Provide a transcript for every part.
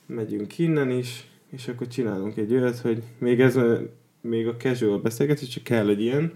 megyünk innen is, és akkor csinálunk egy olyat, hogy még a casual beszélgetés, csak kell egy ilyen.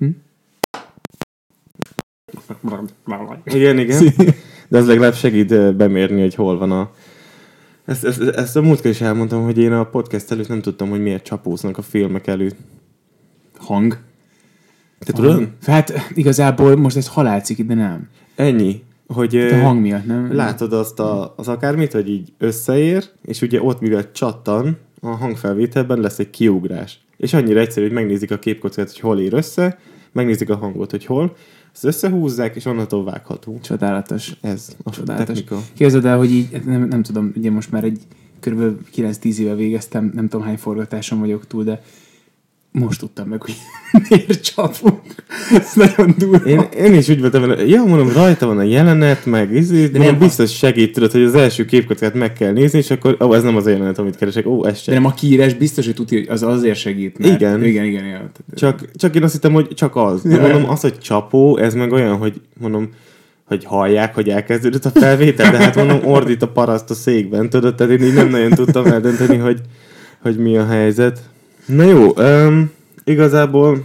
Igen. De az legalább segít bemérni, hogy hol van a... Ezt a múltkor is elmondtam, hogy én a podcast előtt nem tudtam, hogy miért csapóznak a filmek előtt. Hang. Te tudod? Hát igazából most ez halálciki, de nem. Ennyi. Hogy a hang miatt, nem? Látod azt az akármit, hogy így összeér, és ugye ott, mivel csattan, a hangfelvételben lesz egy kiugrás. És annyira egyszerű, hogy megnézik a képkockát, hogy hol ér össze, megnézik a hangot, hogy hol, ezt összehúzzák, és onnantól vágható. Csodálatos. Ez a csodálatos technika. Képzeld el, hogy így, nem tudom, ugye most már kb. 9-10 éve végeztem, nem tudom hány forgatáson vagyok túl, de most tudtam meg, hogy miért csapunk. Ez nagyon durva. Én is úgy voltam vele, mondom, rajta van a jelenet, meg de nem biztos segít, tudod, hogy az első képkockát meg kell nézni, és akkor, ez nem az a jelenet, amit keresek, ez sem. De nem a kiírás biztos, hogy tudja, hogy az azért segít. Mert Igen. Csak én azt hittem, hogy csak az. De mondom, az, hogy csapó, ez meg olyan, hogy mondom, hogy hallják, hogy elkezdődött a felvétel, de hát mondom, ordít a paraszt a székben, tudod, tehát én így nem nagyon tudtam eldönteni, hogy mi a helyzet. Na jó, igazából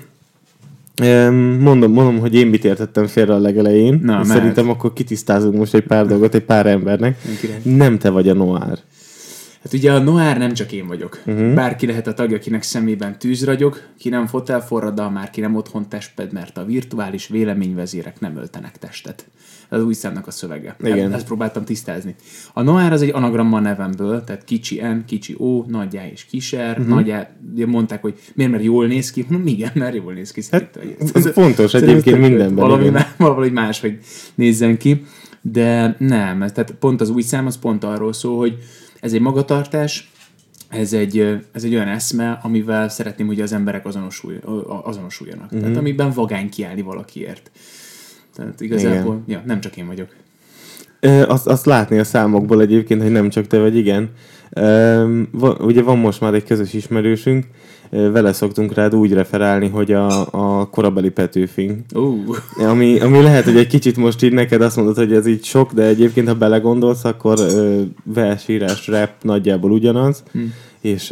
mondom, hogy én mit értettem félre a legelején. Na, szerintem akkor kitisztázunk most egy pár dolgot egy pár embernek. Nem te vagy a Noir. Hát ugye a Noir nem csak én vagyok. Bárki lehet a tagja, akinek szemében tűz ragyog, ki nem fotelforradal, már ki nem otthon testped, mert a virtuális véleményvezérek nem öltenek testet. Ez az új számnak a szövege. Igen. Ezt próbáltam tisztázni. A Noir az egy anagramma a nevemből, tehát kicsi N, kicsi O, nagy A és kiser. Nagy A, mondták, hogy miért, mert jól néz ki. Igen, mert jól néz ki. Hát, ez fontos egyébként mindenben. Valahogy máshogy nézzen ki. De nem, tehát pont az új szám az pont arról szól, hogy ez egy magatartás, ez egy olyan eszme, amivel szeretném, hogy az emberek azonosuljanak. Tehát amiben vagány kiállni valakiért. Tehát igazából, nem csak én vagyok. Azt látni a számokból egyébként, hogy nem csak te vagy, igen. Ugye van most már egy közös ismerősünk, vele szoktunk rád úgy referálni, hogy a korabeli Petőfing. Ami lehet, hogy egy kicsit most így neked azt mondod, hogy ez így sok, de egyébként, ha belegondolsz, akkor versírás, rap nagyjából ugyanaz, és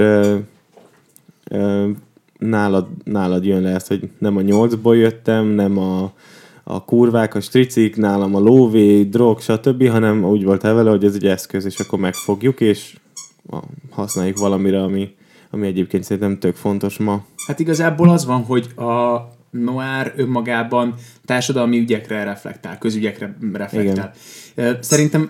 nálad jön le ezt, hogy nem a 8-ból jöttem, nem a kurvák, a stricik, nálam a lóvé, drog, stb., hanem úgy voltál vele, hogy ez egy eszköz, és akkor megfogjuk, és használjuk valamire, ami egyébként szerintem tök fontos ma. Hát igazából az van, hogy a Noir önmagában társadalmi ügyekre reflektál, közügyekre reflektál. Igen. Szerintem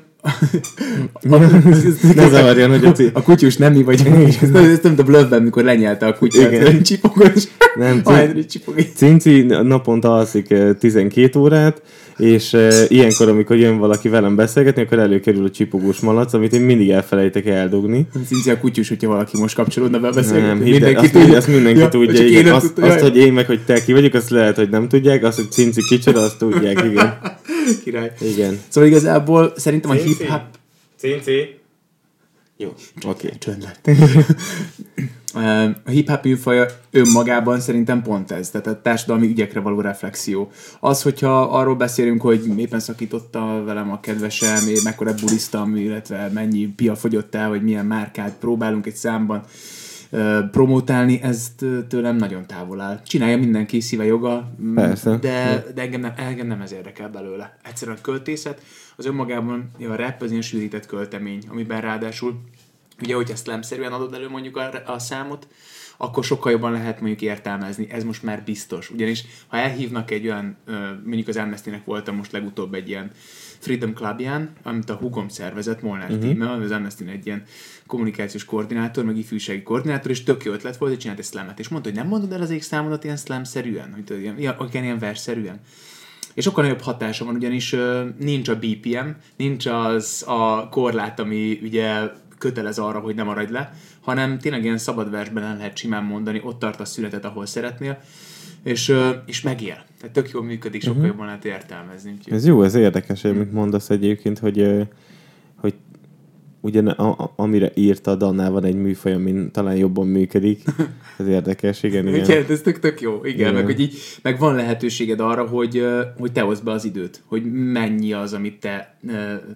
ne zavarjon, hogy a kutyus nem mi vagy. Ezt nem a Bluffben, mikor lenyelte a kutyát, csipogos. Nem, Cinci naponta alszik 12 órát, és ilyenkor, amikor jön valaki velem beszélgetni, akkor előkerül a csipogós malac, amit én mindig elfelejtek eldugni. Cinci a kutyus, hogyha valaki most kapcsolódna be beszélgetni. Azt mindenki tudja. Igen. Azt, hogy én meg, hogy te ki vagyok, azt lehet, hogy nem tudják. Azt, hogy Cinci kicsoda, azt tudják, igen. Király. Igen. Szóval igazából szerintem a hip-hop... Cinci. Jó, oké. Csönd lett. A hip-hop műfaja önmagában szerintem pont ez, tehát a társadalmi ügyekre való reflexió. Az, hogyha arról beszélünk, hogy éppen szakította velem a kedvesem, én mekkora buliztam, illetve mennyi pia fogyott el, hogy milyen márkát próbálunk egy számban promotálni, ezt tőlem nagyon távol áll. Csinálja mindenki, szíve joga, persze. De engem nem ez érdekel belőle. Egyszerűen a költészet, az önmagában a rap az ilyen sűrített költemény, amiben ráadásul ugye, hogyha slamszerűen adod elő mondjuk a számot, akkor sokkal jobban lehet mondjuk értelmezni. Ez most már biztos. Ugyanis, ha elhívnak egy olyan, mondjuk az Amnestynek voltam most legutóbb egy ilyen Freedom Clubján, amit a húgom szervezett, Molnár Tíme, az Amnesty egy ilyen kommunikációs koordinátor, meg ifjúsági koordinátor, és tök jó ötlet volt, hogy csinált egy slamet. És mondta, hogy nem mondod el az égszámodat ilyen slamszerűen, hogy ilyen versszerűen. És sokkal nagyobb hatása van, ugyanis nincs a BPM, nincs az a korlát, ami ugye kötelez arra, hogy ne maradj le, hanem tényleg ilyen szabad versben el lehet simán mondani, ott tart a szünetet, ahol szeretnél, és megél. Tehát tök jól működik, sokkal jobban lehet értelmezni. Úgyhogy... Ez jó, ez érdekes, amit mondasz egyébként, hogy ugyan amire írtad, annál van egy műfaj, amin talán jobban működik. Ez érdekes, igen. Igen, ez tök jó. Igen. Meg, hogy így, meg van lehetőséged arra, hogy te hozd be az időt, hogy mennyi az, amit te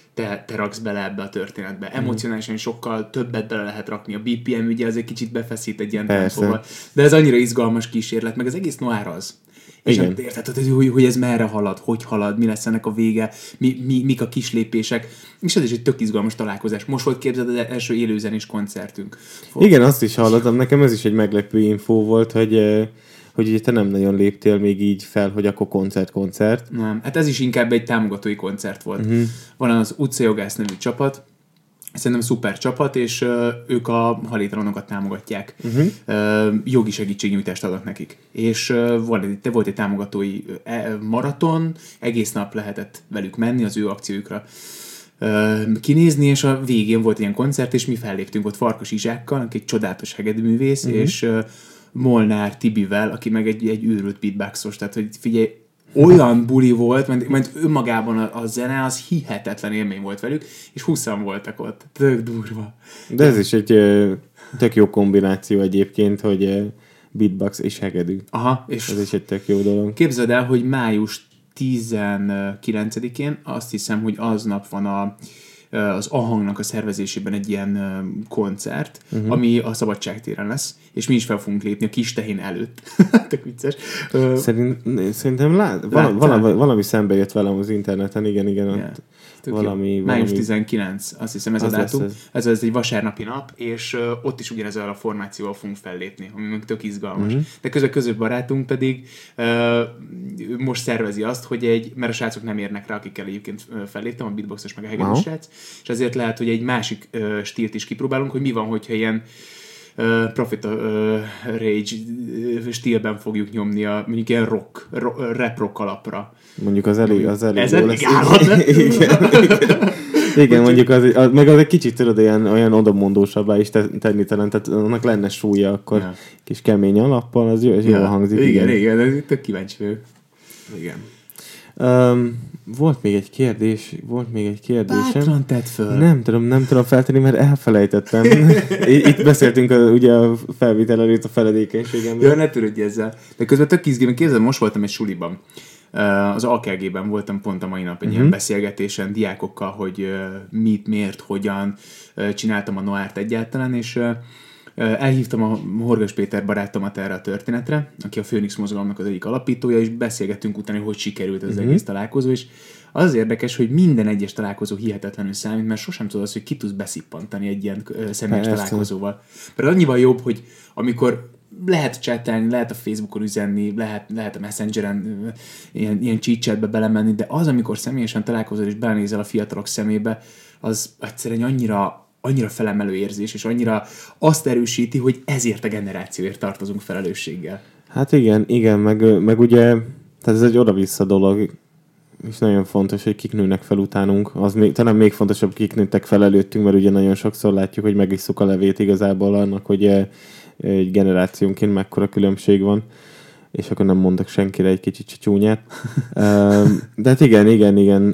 te raksz bele ebbe a történetbe. Emocionálisan sokkal többet bele lehet rakni. A BPM ugye az egy kicsit befeszít egy ilyen tempóval. De ez annyira izgalmas kísérlet, meg az egész noir az. És érted, hogy ez merre halad, hogy halad, mi lesz ennek a vége, mik a kislépések, és ez is egy tök izgalmas találkozás. Most volt, képzeld, az első élőzenés koncertünk. Igen, azt is hallottam, nekem ez is egy meglepő infó volt, hogy ugye te nem nagyon léptél még így fel, hogy akkor koncert. Nem, hát ez is inkább egy támogatói koncert volt. Van az Utcajogász nevű csapat, szerintem szuper csapat, és ők a hajléktalanokat támogatják. Jogi segítségnyújtást adnak nekik. És volt egy támogatói maraton, egész nap lehetett velük menni az ő akciójukra kinézni, és a végén volt ilyen koncert, és mi felléptünk ott Farkas Izsákkal, aki egy csodálatos hegedűművész, és Molnár Tibivel, aki meg egy őrült beatboxos, tehát hogy figyelj, olyan buli volt, mert önmagában a zene az hihetetlen élmény volt velük, és 20-an voltak ott. Tök durva. De ez is egy tök jó kombináció egyébként, hogy beatbox és hegedű. Aha, és ez is egy tök jó dolog. Képzeld el, hogy május 19-én azt hiszem, hogy aznap van az A-hangnak a szervezésében egy ilyen koncert, ami a Szabadságtéren lesz, és mi is fel fogunk lépni a Kistehén előtt. Tök vicces. Szerintem valami szembe jött velem az interneten, igen. Yeah. Május 19, azt hiszem ez a dátum. Ez egy vasárnapi nap, és ott is ugyanezzel a formációval fogunk fellépni, ami meg tök izgalmas. De közös barátunk pedig most szervezi azt, hogy mert a srácok nem érnek rá, akikkel egyébként felléptem, a beatboxos meg a hegedűs srác, és azért lehet, hogy egy másik stílt is kipróbálunk, hogy mi van, hogyha ilyen Profit Rage stílben fogjuk nyomni mondjuk ilyen rap-rock alapra. Mondjuk az elég jó lesz. Igen, mondjuk meg az egy kicsit tudod olyan odamondósabbá is tenni talán, tehát annak lenne súlya, akkor kis kemény alappal, az jól hangzik. Igen, tök kíváncsi vagyok. Igen. Volt még egy kérdésem. Bátran tedd föl. Nem tudom feltenni, mert elfelejtettem. Itt beszéltünk ugye a felvétel előtt a feledékenységemről. Jó, ne törődj ezzel. De közben tök izgében, képzeld, most voltam egy suliban. Az AKG-ben voltam pont a mai nap egy ilyen beszélgetésen diákokkal, hogy mit, miért, hogyan csináltam a Noárt egyáltalán, és elhívtam a Horgas Péter barátomat erre a történetre, aki a Főnix mozgalomnak az egyik alapítója, és beszélgettünk utána, hogy sikerült az egész találkozó, és az érdekes, hogy minden egyes találkozó hihetetlenül számít, mert sosem tudod azt, hogy ki tudsz beszippantani egy ilyen személyes találkozóval. Mert annyival jobb, hogy amikor lehet chattelni, lehet a Facebookon üzenni, lehet a Messengeren ilyen chit-chatbe belemenni, de az, amikor személyesen találkozol és belenézel a fiatalok szemébe, az egyszerűen annyira felemelő érzés, és annyira azt erősíti, hogy ezért a generációért tartozunk felelősséggel. Hát igen, meg ugye, tehát ez egy oda-vissza dolog, és nagyon fontos, hogy kik nőnek fel utánunk. Az talán még fontosabb, kik nőttek fel előttünk, mert ugye nagyon sokszor látjuk, hogy megisszuk a levét igazából annak, hogy egy generációnként mekkora különbség van, és akkor nem mondok senkire egy kicsit csúnyát. De hát igen.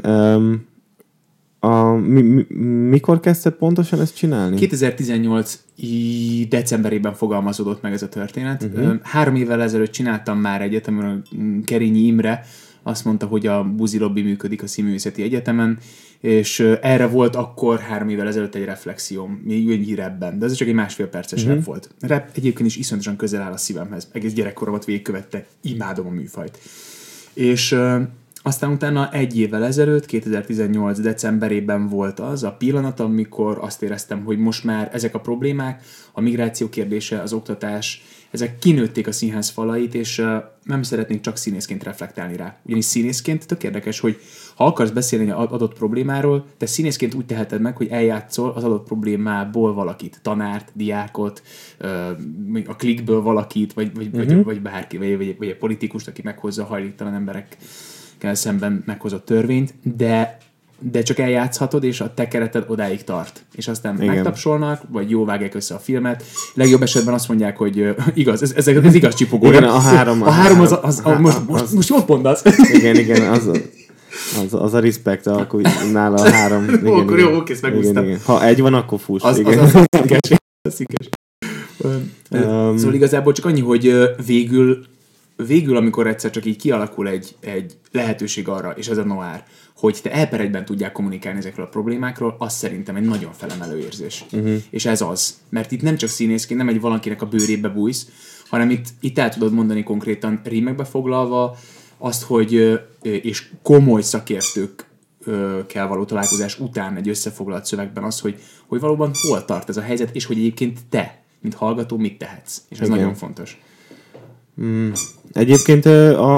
Mikor kezdted pontosan ezt csinálni? 2018 decemberében fogalmazódott meg ez a történet. 3 évvel ezelőtt csináltam már egyetemen, Kerényi Imre azt mondta, hogy a Buzi Lobby működik a Színművészeti Egyetemen, és erre volt akkor 3 évvel ezelőtt egy reflexióm, egy rapben, de ez csak egy 1,5 perces rap volt. A rap egyébként is iszonyatosan közel áll a szívemhez. Egész gyerekkoromat végigkövette, imádom a műfajt. És aztán utána 1 évvel ezelőtt, 2018 decemberében volt az a pillanat, amikor azt éreztem, hogy most már ezek a problémák, a migráció kérdése, az oktatás, ezek kinőtték a színház falait, és nem szeretnénk csak színészként reflektálni rá. Ugyanis színészként tök érdekes, hogy ha akarsz beszélni egy adott problémáról, te színészként úgy teheted meg, hogy eljátszol az adott problémából valakit, tanárt, diákot, a klikből valakit, vagy bárki, vagy egy politikust, aki meghozza a hajléktalan emberekkel szemben meghozott törvényt, de csak eljátszhatod, és a te kereted odáig tart. És aztán megtapsolnak, vagy jó vágják össze a filmet. Legjobb esetben azt mondják, hogy igaz, ez igaz csipogó. Igen, a három most jót mondasz. Igen, az a respect, akkor nála a 3. Akkor jó, kész, megúsztam. Ha 1 van, akkor fuss. Az szikes. Szóval igazából csak annyi, hogy végül, amikor egyszer csak így kialakul egy lehetőség arra, és ez a noir, hogy te elperedben tudják kommunikálni ezekről a problémákról, az szerintem egy nagyon felemelő érzés. És ez az. Mert itt nem csak színészként, nem egy valakinek a bőrébe bújsz, hanem itt el tudod mondani konkrétan rímekbe foglalva azt, hogy és komoly szakértők kell való találkozás után egy összefoglalt szövegben az, hogy valóban hol tart ez a helyzet, és hogy egyébként te, mint hallgató, mit tehetsz. És ez nagyon fontos. Egyébként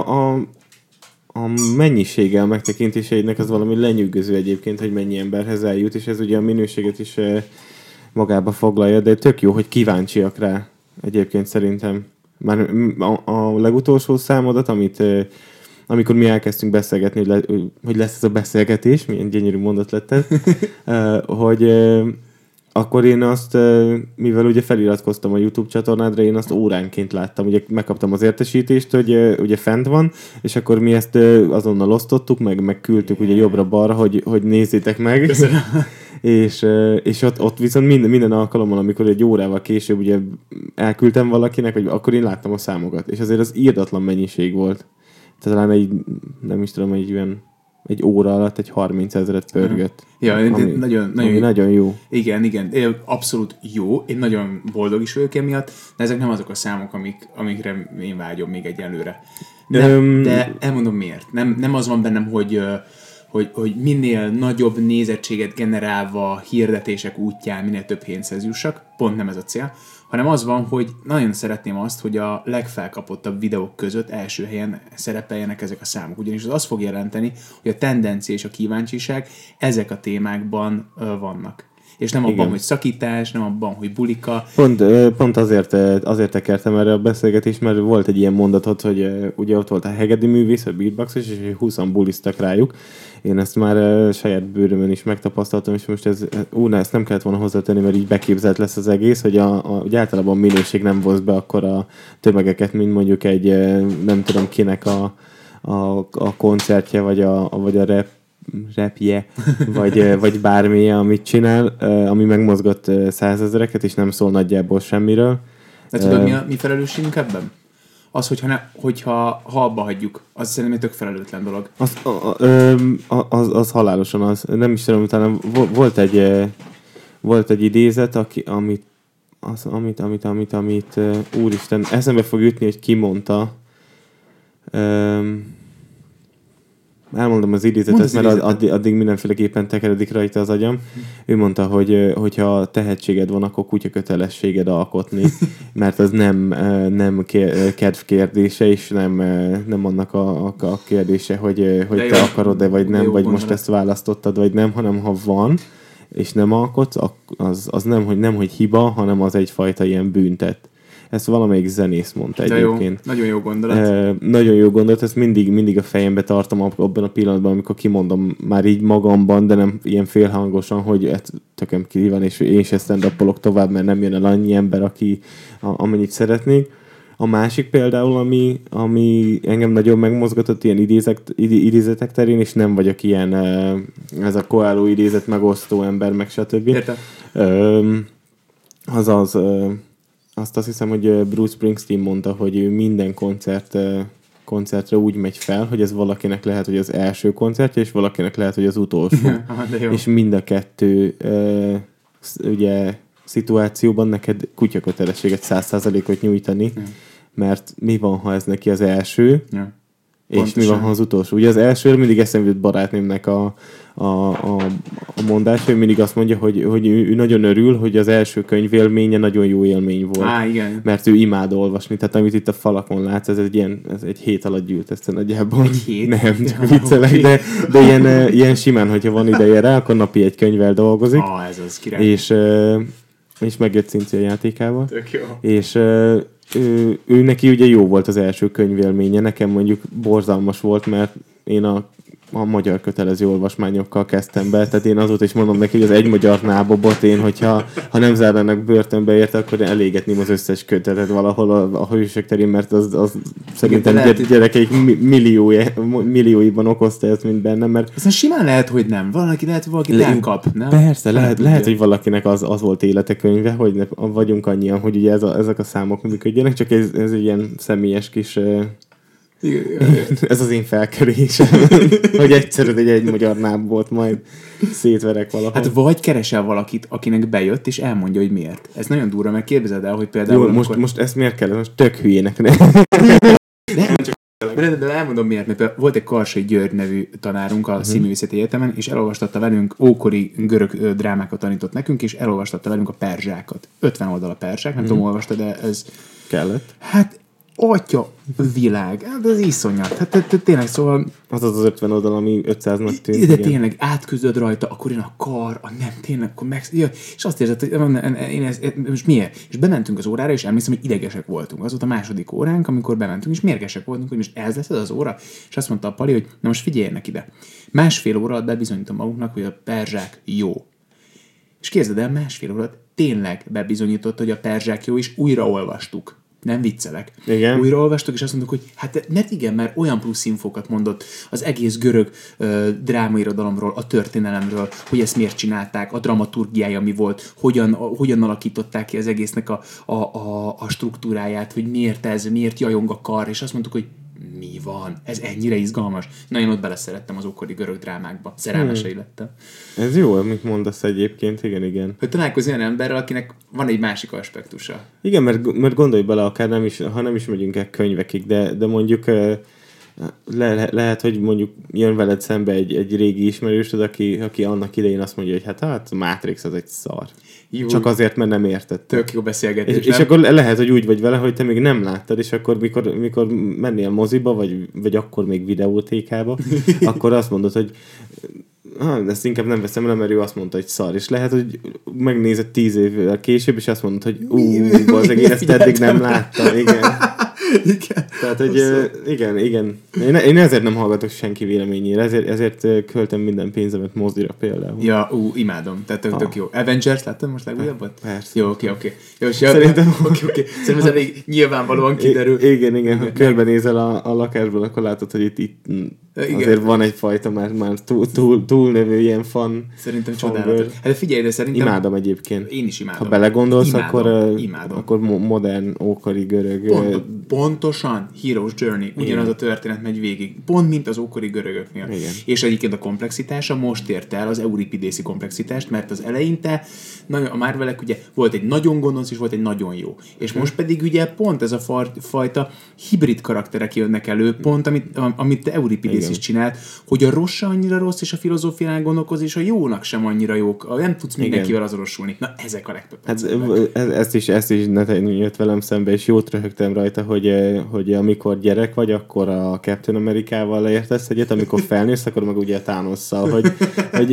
a mennyisége a megtekintéseidnek az valami lenyűgöző egyébként, hogy mennyi emberhez eljut, és ez ugye a minőséget is magába foglalja, de tök jó, hogy kíváncsiak rá egyébként szerintem. Már a legutolsó számodat, amikor mi elkezdtünk beszélgetni, hogy lesz ez a beszélgetés, milyen gyönyörű mondat lett ez, hogy akkor én azt, mivel ugye feliratkoztam a YouTube csatornádra, én azt óránként láttam, ugye megkaptam az értesítést, hogy ugye fent van, és akkor mi ezt azonnal osztottuk, meg küldtük ugye jobbra-balra, hogy nézzétek meg. és ott viszont minden alkalommal, amikor egy órával később ugye elküldtem valakinek, vagy akkor én láttam a számokat, és azért az írdatlan mennyiség volt. Talán nem is tudom, egy óra alatt egy 30 000 pörgött. Ja, nagyon jó. Igen, abszolút jó. Én nagyon boldog is vagyok emiatt, de ezek nem azok a számok, amikre én vágyom még egyelőre. De elmondom miért. Nem az van bennem, hogy minél nagyobb nézettséget generálva hirdetések útján minél több pénzhez jussak. Pont nem ez a cél. Hanem az van, hogy nagyon szeretném azt, hogy a legfelkapottabb videók között első helyen szerepeljenek ezek a számok. Ugyanis az azt fog jelenteni, hogy a tendencia és a kíváncsiság ezek a témákban vannak. És nem abban, hogy szakítás, nem abban, hogy bulika. Pont azért tekertem erre a beszélgetést, mert volt egy ilyen mondatot, hogy ugye ott volt a hegedi művész, a beatboxos, és 20-an buliztak rájuk. Én ezt már saját bőrömön is megtapasztaltam, és most ezt nem kellett volna hozzátenni, mert így beképzelt lesz az egész, hogy hogy általában a minőség nem vonz be akkor a tömegeket, mint mondjuk egy nem tudom kinek a koncertje, vagy a rapje, vagy bármilyen, amit csinál, ami megmozgott 100 000-eket, és nem szól nagyjából semmiről. De tudod, mi felelősségünk ebben? Az, hogyha abba hagyjuk, az szerintem egy tök felelőtlen dolog. Az halálosan az. Nem is tudom, utána volt egy idézet, amit úristen, eszembe fog jutni, hogy ki mondta. Elmondom az idézetet, mert addig mindenféleképpen tekeredik rajta az agyam. Ő mondta, hogy hogyha tehetséged van, akkor kutya kötelességed alkotni, mert az nem kedv kérdése, és nem annak a kérdése, hogy te akarod-e, vagy nem, vagy most ezt választottad, vagy nem, hanem ha van, és nem alkotsz, az nem, hogy hiba, hanem az egyfajta ilyen büntet. Ezt valamelyik zenész mondta egyébként. Nagyon jó gondolat. Nagyon jó gondolat, ezt mindig a fejembe tartom abban a pillanatban, amikor kimondom már így magamban, de nem ilyen félhangosan, hogy tököm ki van, és én se stand-upolok tovább, mert nem jön el annyi ember, amennyit szeretnék. A másik például, ami engem nagyon megmozgatott ilyen idézetek terén, és nem vagyok ilyen ez a Coelho idézet megosztó ember, meg stb. Értem. Azt hiszem, hogy Bruce Springsteen mondta, hogy ő minden koncertre úgy megy fel, hogy ez valakinek lehet, hogy az első koncertje, és valakinek lehet, hogy az utolsó. És mind a kettő ugye szituációban neked kutyakötelességet 100%-ot nyújtani, mert mi van, ha ez neki az első, és pontosan. Mi van, ha az utolsó. Ugye az első mindig eszembe jut barátnőmnek a mondás, hogy mindig azt mondja, hogy ő nagyon örül, hogy az első könyvélménye nagyon jó élmény volt. Igen. Mert ő imád olvasni. Tehát amit itt a falakon látsz, ez egy hét alatt gyűlt ezt nagyjából. Egy hét? Nem, csak viccelek, de ilyen simán, hogyha van ideje rá, akkor napi egy könyvvel dolgozik. Ez az király. És megjött Cincia játékával. Tök jó. És ő neki ugye jó volt az első könyvélménye, nekem mondjuk borzalmas volt, mert én a magyar kötelező olvasmányokkal kezdtem be, tehát én azóta is mondom neki, hogy az egy magyar nábobot én, hogyha nem zárnának börtönbe érte, akkor elégetném az összes kötetet valahol a hősök terén, mert az szerintem gyerekeik millióiban okozta ezt mind bennem, mert... Aztán simán lehet, hogy nem. Valaki elkap, nem? Persze, lehet, hogy valakinek az volt életekönyve, hogy vagyunk annyian, hogy ugye ezek a számok működjenek, csak ez egy ilyen személyes kis Ez az én felkerésem, hogy egyszer egy magyar náb volt, majd szétverek valahol. Hát vagy keresel valakit, akinek bejött, és elmondja, hogy miért. Ez nagyon durva, mert képzeld el, hogy például... Jó, most ezt miért kell? Most tök hülyének. De elmondom miért, mert például volt egy Karsai György nevű tanárunk a Színművészeti Egyetemen, és elolvastatta velünk, ókori görög drámákat tanított nekünk, és elolvastatta velünk a perzsákat. 50 oldal a perzsák, nem tudom, olvasta, de ez... Kellett? Hát, atya világ, hát ez iszonyat. Hát tényleg, szóval... Az 50 oldal, ami 500-nak tűnt. De tényleg átküzdöd rajta, akkor jön a kar, a nem, tényleg, akkor és azt érzed, hogy most miért? És bementünk az órára, és emlékszem, hogy idegesek voltunk. Az volt a második óránk, amikor bementünk, és mérgesek voltunk, hogy most ez lesz az óra. És azt mondta a Pali, hogy na most figyeljenek ide. Másfél óra alatt bebizonyítom magunknak, hogy a perzsák jó. És képzeld el, másfél óra alatt tényleg bebizonyított, hogy a perzsák jó, és újraolvastuk. Nem viccelek. Igen. Újraolvastuk, és azt mondtuk, hogy hát igen, mert olyan plusz infókat mondott az egész görög drámairodalomról, a történelemről, hogy ezt miért csinálták, a dramaturgiája mi volt, hogyan alakították ki az egésznek a struktúráját, hogy miért jajong a kar, és azt mondtuk, hogy mi van? Ez ennyire izgalmas. Na, én ott beleszerettem az ókori görög drámákba. Szerelmesei lettem. Ez jó, amit mondasz egyébként, igen. Hogy találkozz olyan emberrel, akinek van egy másik aspektusa. Igen, mert gondolj bele, akár ha nem is megyünk el könyvekig, de mondjuk lehet, hogy mondjuk jön veled szembe egy régi ismerősöd, aki annak idején azt mondja, hogy hát a Matrix az egy szar. Jó. Csak azért, mert nem érted. Tök jó beszélgetés. És akkor lehet, hogy úgy vagy vele, hogy te még nem láttad, és akkor mikor mennél moziba, vagy akkor még videótékába, akkor azt mondod, hogy ezt inkább nem veszem el, mert ő azt mondta, hogy szar. És lehet, hogy megnézed 10 évvel később, és azt mondod, hogy az én ezt eddig nem láttam. Igen. Igen. Tehát, hogy igen. Én ezért nem hallgatok senki véleményére, ezért költöm minden pénzemet mozira például. Ja, imádom. Tehát tök jó. Avengers láttam most legújabbat? Persze. Jó, oké. Jó, szerintem ez elég nyilvánvalóan kiderül. Igen. Ha körbenézel a lakásban, akkor látod, hogy itt azért van egyfajta már túlnövő ilyen fan. Szerintem csodálatos. Hát figyelj, de szerintem... Imádom egyébként. Én is imádom. Ha belegondolsz, imádom. akkor modern, ókori görög... Pontosan Hero's Journey. Ugyanaz a történet megy végig. Pont, mint az ókori görögöknél. Igen. És egyébként a komplexitása most ért el az euripidészi komplexitást, mert az eleinte a Marvelek ugye volt egy nagyon gonosz, és volt egy nagyon jó. És most pedig ugye pont ez a fajta hibrid karakterek jönnek elő, pont amit Euripidész is csinált, hogy a rossz annyira rossz, és a filozófián gondolkoz, és a jónak sem annyira jók. Nem tudsz mindenkivel azonosulni. Na, ezek a legpöppencebbek. Hát ezt is jött velem szembe, és jót röhögtem rajta, hogy amikor gyerek vagy, akkor a Captain Amerikával értesz egyet, amikor felnősz, akkor meg ugye a Thanosszal, hogy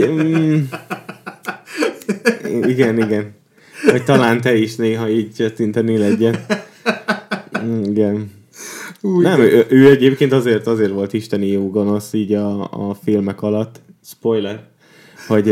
igen. Hogy talán te is néha így csettintenél egyet. Igen. Nem, ő egyébként azért volt isteni jó gonosz így a filmek alatt. Spoiler. Hogy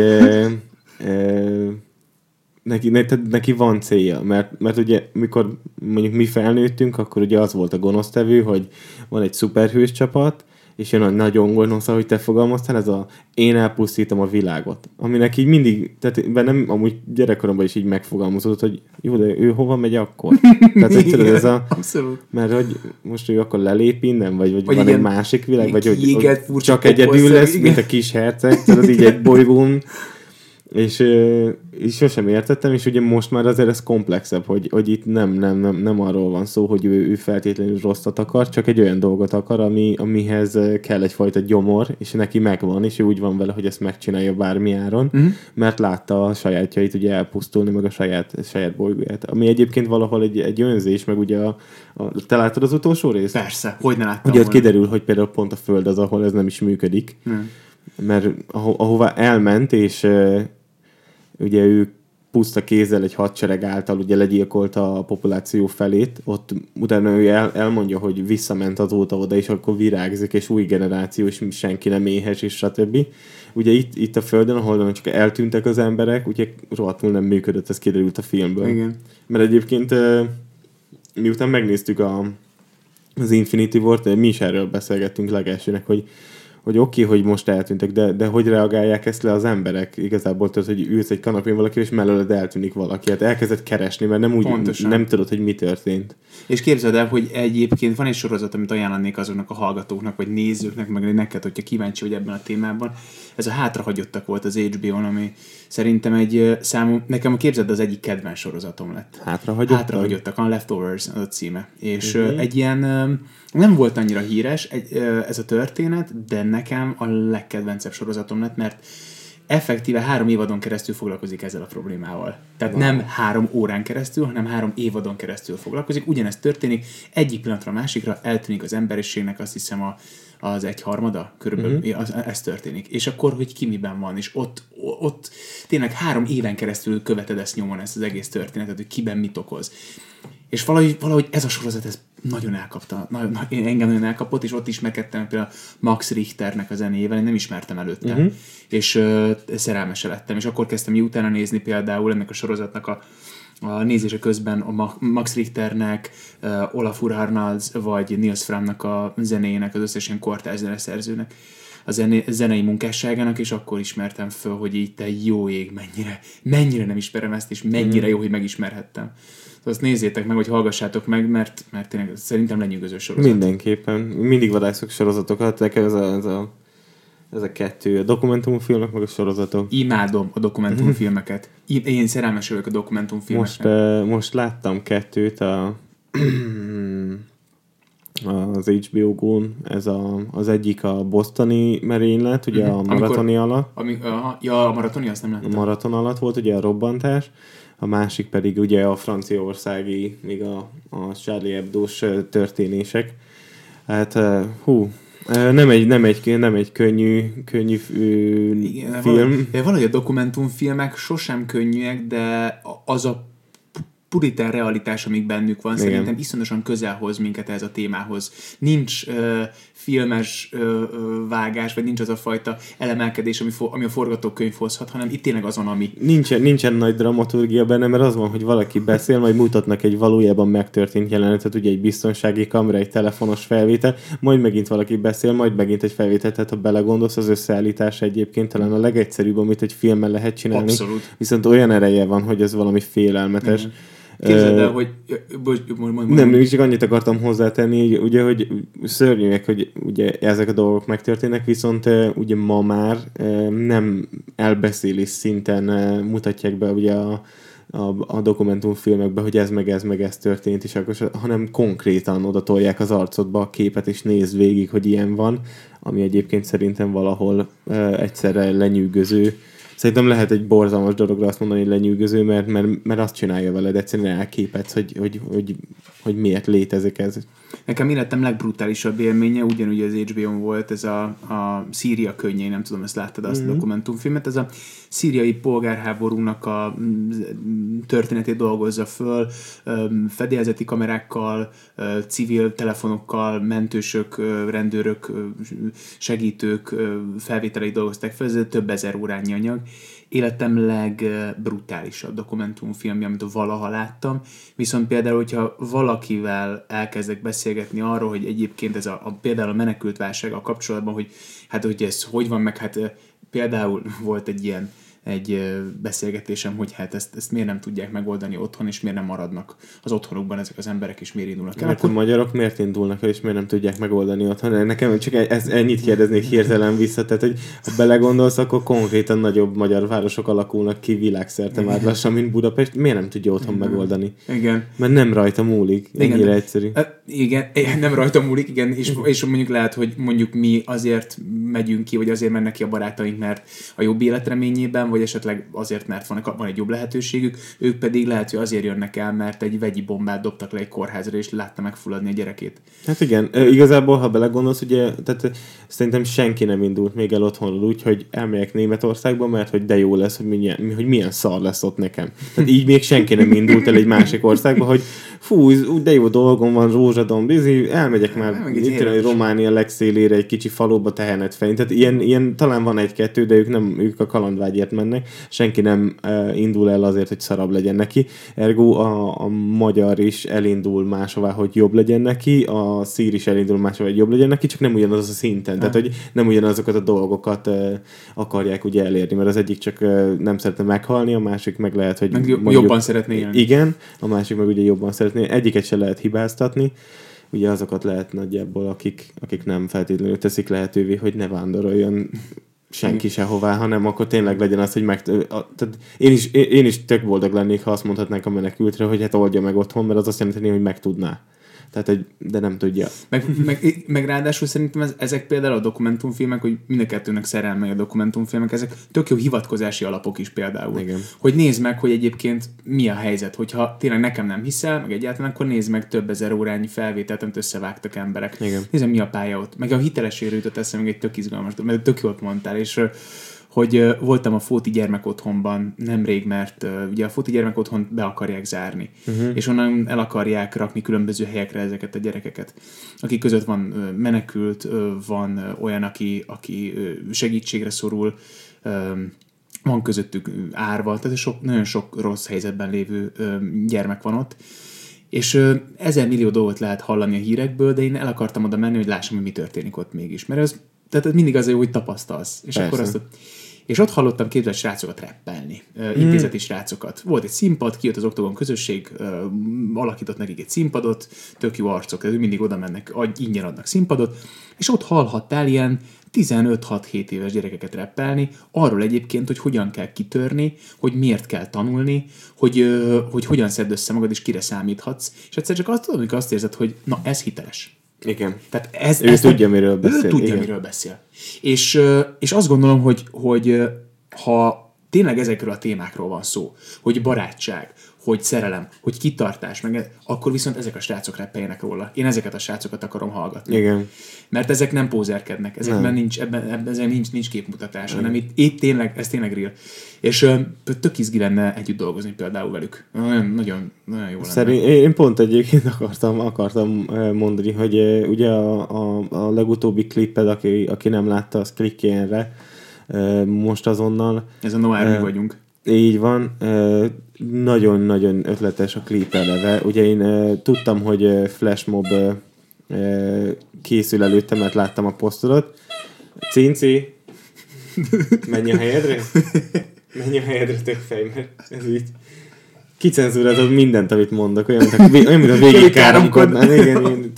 neki van célja, mert ugye mikor mondjuk mi felnőttünk, akkor ugye az volt a gonosztevő, hogy van egy szuperhős csapat, és jön a nagyon gonosz, ahogy te fogalmaztál, ez én elpusztítom a világot. Aminek így mindig, tehát bennem amúgy gyerekkoromban is így megfogalmazott, hogy jó, de ő hova megy akkor? Tehát hogy tudod, ez abszolút. Mert hogy most ő akkor lelép innen, vagy van egy másik világ, vagy hogy csak egyedül lesz, mint a kis herceg, tudod, így egy bolygón. És sosem értettem, és ugye most már azért ez komplexebb, hogy itt nem arról van szó, hogy ő feltétlenül rosszat akar, csak egy olyan dolgot akar, amihez kell egyfajta gyomor, és neki megvan, és ő úgy van vele, hogy ezt megcsinálja bármi áron, mert látta a sajátjait ugye elpusztulni, meg a saját bolygóját. Ami egyébként valahol egy önzés, meg ugye te láttad az utolsó részt? Persze, hogy ne láttam. Ugye ott kiderül, hogy például pont a Föld az, ahol ez nem is működik. Mert ahova elment, és ugye ő puszta kézzel egy hadsereg által ugye legyilkolta a populáció felét, ott utána ő elmondja, hogy visszament azóta oda, és akkor virágzik, és új generáció, és senki nem éhes, és stb. Ugye itt a Földön, ahol csak eltűntek az emberek, ugye rohadtul nem működött, ez kiderült a filmből. Igen. Mert egyébként miután megnéztük az Infinity War-t, mi is erről beszélgettünk legelsőnek, hogy oké, hogy most eltűntek, de hogy reagálják ezt le az emberek? Igazából tudod, hogy ülsz egy kanapén valaki, és mellőled eltűnik valaki. Hát elkezded keresni, mert nem úgy, Pontosan. nem tudod, hogy mi történt. És képzeld el, hogy egyébként van egy sorozat, amit ajánlanék azoknak a hallgatóknak, vagy nézőknek, meg neked, hogyha kíváncsi vagy ebben a témában. Ez a Hátrahagyottak volt az HBO-n, ami szerintem nekem képzeld, az egyik kedvenc sorozatom lett. Hátrahagyottak, a Leftovers az a címe. És egy ilyen, nem volt annyira híres ez a történet, de nekem a legkedvencebb sorozatom lett, mert effektíve 3 évadon keresztül foglalkozik ezzel a problémával. Tehát nem 3 órán keresztül, hanem 3 évadon keresztül foglalkozik. Ugyanezt történik, egyik pillanatra a másikra eltűnik az emberiségnek, azt hiszem az 1/3 körülbelül, ez történik. És akkor, hogy ki miben van, és ott tényleg 3 éven keresztül követed ezt nyomon, ezt az egész történetet, hogy kiben mit okoz. És valahogy ez a sorozat, ez nagyon elkapta, engem nagyon elkapott, és ott ismerkedtem például Max Richternek a zenéjével, én nem ismertem előtte, és szerelmese lettem, és akkor kezdtem utána nézni például ennek a sorozatnak a nézése közben a Max Richternek, Olafur Arnalds vagy Nils Framnak a zenéjének, az összes ilyen kortárs zeneszerzőnek a zenei munkásságának, és akkor ismertem föl, hogy így te jó ég, mennyire nem ismerem ezt, és mennyire jó, hogy megismerhettem. Azt nézzétek meg, vagy hallgassátok meg, mert tényleg szerintem lenyűgöző sorozat. Mindenképpen. Mindig vadászok sorozatokat, nekem ez a kettő, a dokumentumfilmek, meg a sorozatok. Imádom a dokumentumfilmeket. Én szerelmes vagyok a dokumentumfilmeknek. Most láttam 2 az HBO Go-n. Az egyik a bostoni merénylet, ugye a maratoni alatt. A maratoni, azt nem láttam. A maraton alatt volt ugye a robbantás. A másik pedig ugye a franciaországi, még a Charlie Hebdo-s történések. Hát, nem egy könnyű igen, film. Valahogy a dokumentumfilmek sosem könnyűek, de az a puritán realitás, amik bennük van, igen, szerintem iszonyosan közel hoz minket ez a témához. Nincs filmes vágás, vagy nincs az a fajta elemelkedés, ami a forgatókönyv hozhat, hanem itt tényleg azon, ami... Nincsen nagy dramaturgia benne, mert az van, hogy valaki beszél, majd mutatnak egy valójában megtörtént jelenetet, ugye egy biztonsági kamera, egy telefonos felvétel, majd megint valaki beszél, majd megint egy felvétel, tehát ha belegondolsz, az összeállítás egyébként talán a legegyszerűbb, amit egy filmen lehet csinálni. Abszolút. Viszont olyan ereje van, hogy ez valami félelmetes. Képzeld el, hogy... Nem, csak annyit akartam hozzátenni, ugye, hogy szörnyűek, hogy ugye ezek a dolgok megtörténnek, viszont ugye ma már nem elbeszélés szinten mutatják be ugye a dokumentumfilmekbe, hogy ez meg ez történt, és akkor, hanem konkrétan oda tolják az arcodba a képet, és nézd végig, hogy ilyen van, ami egyébként szerintem valahol egyszerre lenyűgöző. Szerintem lehet egy borzalmas dologra azt mondani, hogy lenyűgöző, mert azt csinálja veled, egyszerűen elképedsz, hogy miért létezik ez. Nekem életem legbrutálisabb élménye, ugyanúgy az HBO-n volt ez a Szíria könnyei, nem tudom, ezt láttad azt a dokumentumfilmet, ez a szíriai polgárháborúnak a történetét dolgozza föl, fedélzeti kamerákkal, civil telefonokkal, mentősök, rendőrök, segítők felvételei dolgozták fel, ez több ezer órányi anyag. Életem legbrutálisabb dokumentumfilmje, amit valaha láttam. Viszont például, hogyha valakivel elkezdek beszélgetni arról, hogy egyébként ez például a menekültválsággal kapcsolatban, hogy hát hogy ez hogy van, meg hát például volt egy beszélgetésem, hogy hát ezt miért nem tudják megoldani otthon, és miért nem maradnak az otthonukban ezek az emberek, és miért indulnak el. Mert a magyarok miért indulnak el, és miért nem tudják megoldani otthon? Nekem csak ennyit kérdeznék hirtelen vissza, tehát hogy ha belegondolsz, akkor konkrétan nagyobb magyar városok alakulnak ki világszerte már lassan, mint Budapest. Miért nem tudja otthon megoldani? Igen. Mert nem rajta múlik. Ennyire egyszerű. Igen, nem rajta múlik, igen, és mondjuk lehet, hogy mondjuk mi azért megyünk ki, vagy azért mennek ki a barátaink, mert a jobb életreményében, vagy esetleg azért, mert van egy jobb lehetőségük, ők pedig lehet, hogy azért jönnek el, mert egy vegyi bombát dobtak le egy kórházra, és látta megfulladni a gyerekét. Hát igen, igazából, ha belegondolsz, ugye, tehát szerintem senki nem indult még el otthonról úgy, hogy elmegyek Németországba, mert hogy de jó lesz, hogy milyen szar lesz ott nekem. Tehát így még senki nem indult el egy másik országba, hogy fú, de jó dolgom van, rózsadom, elmegyek már Románia legszélére egy kicsi faluba tehenet fején. Tehát ilyen talán van egy-kettő, de ők a kalandvágyért mennek. Senki nem indul el azért, hogy szarabb legyen neki. Ergo a magyar is elindul máshová, hogy jobb legyen neki, a szír is elindul máshová, hogy jobb legyen neki, csak nem ugyanaz a szinten. Tehát, hogy nem ugyanazokat a dolgokat akarják ugye elérni, mert az egyik csak nem szeretne meghalni, a másik meg lehet, hogy mondjuk, jobban szeretné élni. Igen, a másik meg ugye jobban szeretné. Egyiket se lehet hibáztatni. Ugye azokat lehet nagyjából, akik nem feltétlenül teszik lehetővé, hogy ne vándoroljon senki sehová, hanem akkor tényleg legyen az, hogy tehát én is tök boldog lennék, ha azt mondhatnánk a menekültre, hogy hát oldja meg otthon, mert az azt jelenti, hogy meg tudná. Tehát, de nem tudja. Meg ráadásul szerintem ezek például a dokumentumfilmek, hogy mind a kettőnek szerelmei a dokumentumfilmek, ezek tök jó hivatkozási alapok is például. Igen. Hogy nézd meg, hogy egyébként mi a helyzet. Hogyha tényleg nekem nem hiszel, meg egyáltalán, akkor nézd meg több ezer órányi felvételt, amit összevágtak emberek. Igen. Nézd mi a pálya ott. Meg a hitelességről jutott eszembe még egy tök izgalmas, mert tök jót mondtál, és hogy voltam a Fóti gyermekotthonban nemrég, mert ugye a Fóti gyermekotthon be akarják zárni, és onnan el akarják rakni különböző helyekre ezeket a gyerekeket, akik között van menekült, van olyan, aki segítségre szorul, van közöttük árva, tehát nagyon sok rossz helyzetben lévő gyermek van ott, és 1000 millió dolgot lehet hallani a hírekből, de én el akartam oda menni, hogy lássam, hogy mi történik ott mégis, mert tehát mindig az jó, hogy tapasztalsz. És persze. akkor és ott hallottam képzelt srácokat rappelni, intézeti srácokat. Volt egy színpad, kijött az Oktogon közösség, alakított nekik egy színpadot, tök jó arcok, ők mindig oda mennek, ingyen adnak színpadot, és ott hallhattál ilyen 15-6-7 éves gyerekeket rappelni, arról egyébként, hogy hogyan kell kitörni, hogy miért kell tanulni, hogy hogyan szedd össze magad, és kire számíthatsz. És egyszer csak azt érzed, hogy na, ez hiteles. Igen. Tehát ő tudja, miről beszél. Ő tudja, miről beszél. És azt gondolom, hogy ha tényleg ezekről a témákról van szó, hogy barátság, hogy szerelem, hogy kitartás, akkor viszont ezek a srácok rappeljenek róla. Én ezeket a srácokat akarom hallgatni. Igen. Mert ezek nem pózerkednek, ezekben nincs képmutatás, hanem itt tényleg, ez tényleg real. És tök izgi lenne együtt dolgozni például velük. Nagyon jó lenne. Én pont egyébként akartam mondani, hogy ugye a legutóbbi klipped, aki nem látta, az klikkeljen rá most azonnal. Ez a Noir mi vagyunk. Így van. Nagyon-nagyon ötletes a klip eleve. Ugye én tudtam, hogy flashmob készül előtte, mert láttam a posztodat. Cinci, menj a helyedre? Menj a helyedre, tök fej, mert ez így kicenzúrázod mindent, amit mondok. Olyan, mint a végig káromkodnál. Igen,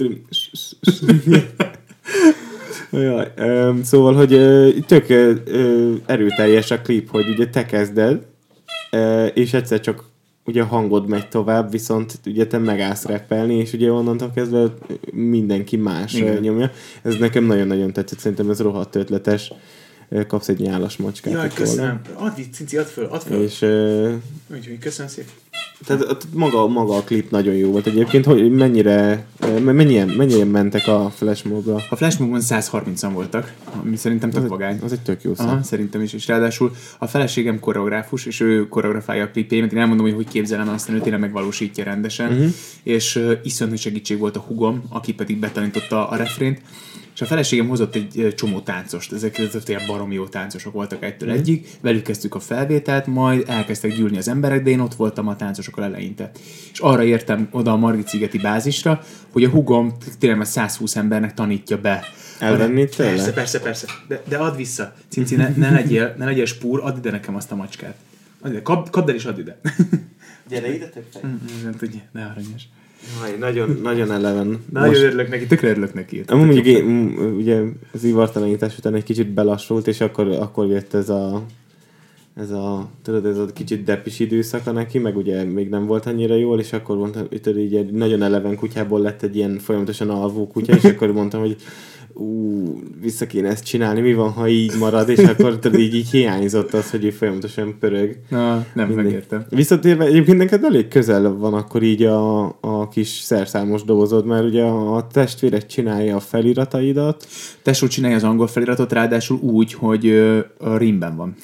Jaj, szóval, hogy tök erőteljes a klip, hogy ugye te kezded, és egyszer csak ugye a hangod megy tovább, viszont ugye te megállsz rappelni, és ugye onnantól kezdve mindenki más nyomja. Ez nekem nagyon-nagyon tetszett, szerintem ez rohadt ötletes. Kapsz egy nyálas macskát. Jaj, köszönöm. Add föl. És úgyhogy köszönöm szépen. Tehát maga a klip nagyon jó volt egyébként, hogy mennyien mentek a flashmobra? A flashmobban 130-an voltak, ami szerintem tök vagány. Az egy tök jó szám. Aha, szerintem is, és ráadásul a feleségem koreográfus, és ő koreografálja a klipjeimet, én elmondom, hogy képzelem, aztán ő tényleg megvalósítja rendesen, és iszonyat segítség volt a hugom, aki pedig betanította a refrént, és a feleségem hozott egy csomó táncost, ezek baromi jó táncosok voltak egytől egyig, velük kezdtük a felvételt, majd elkezdtek gyűlni az emberek, de én ott voltam a táncosokkal eleinte. És arra értem oda a Margit-szigeti bázisra, hogy a hugom tényleg már 120 embernek tanítja be. Elvenni tőle? Persze. De add vissza. Cinci, ne legyél spúr, add ide nekem azt a macskát. Kapd el és add ide. Gyere ide, tök fej. Nem tudja, ne aranyos. Nagyon eleven. Nagyon örülök neki, tökre örülök neki. Mondjuk ugye az ivartalanítás után egy kicsit belassult, és akkor jött ez a tudod, ez a kicsit depis időszaka neki, meg ugye még nem volt annyira jól, és akkor mondtam, hogy így egy nagyon eleven kutyából lett egy ilyen folyamatosan alvó kutya, és akkor mondtam, hogy vissza kéne ezt csinálni, mi van, ha így marad, és akkor tudod, így hiányzott az, hogy így folyamatosan pörög. Nem, megértem. Visszatérve, egyébként neked elég közel van akkor így a kis szerszámos dobozod, mert ugye a testvérek csinálja a felirataidat. Tesó csinálja az angol feliratot, ráadásul úgy, hogy a rímben van.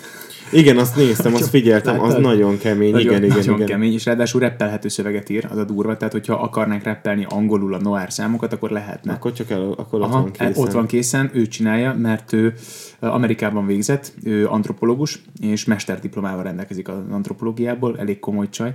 Igen, azt néztem, azt figyeltem, az nagyon kemény. Nagyon kemény, és ráadásul rappelhető szöveget ír, az a durva, tehát hogyha akarnánk rappelni angolul a Noir számokat, akkor lehetne. Akkor akkor ott van készen. Ott van készen, ő csinálja, mert ő Amerikában végzett, ő antropológus, és mesterdiplomával rendelkezik az antropológiából, elég komoly csaj.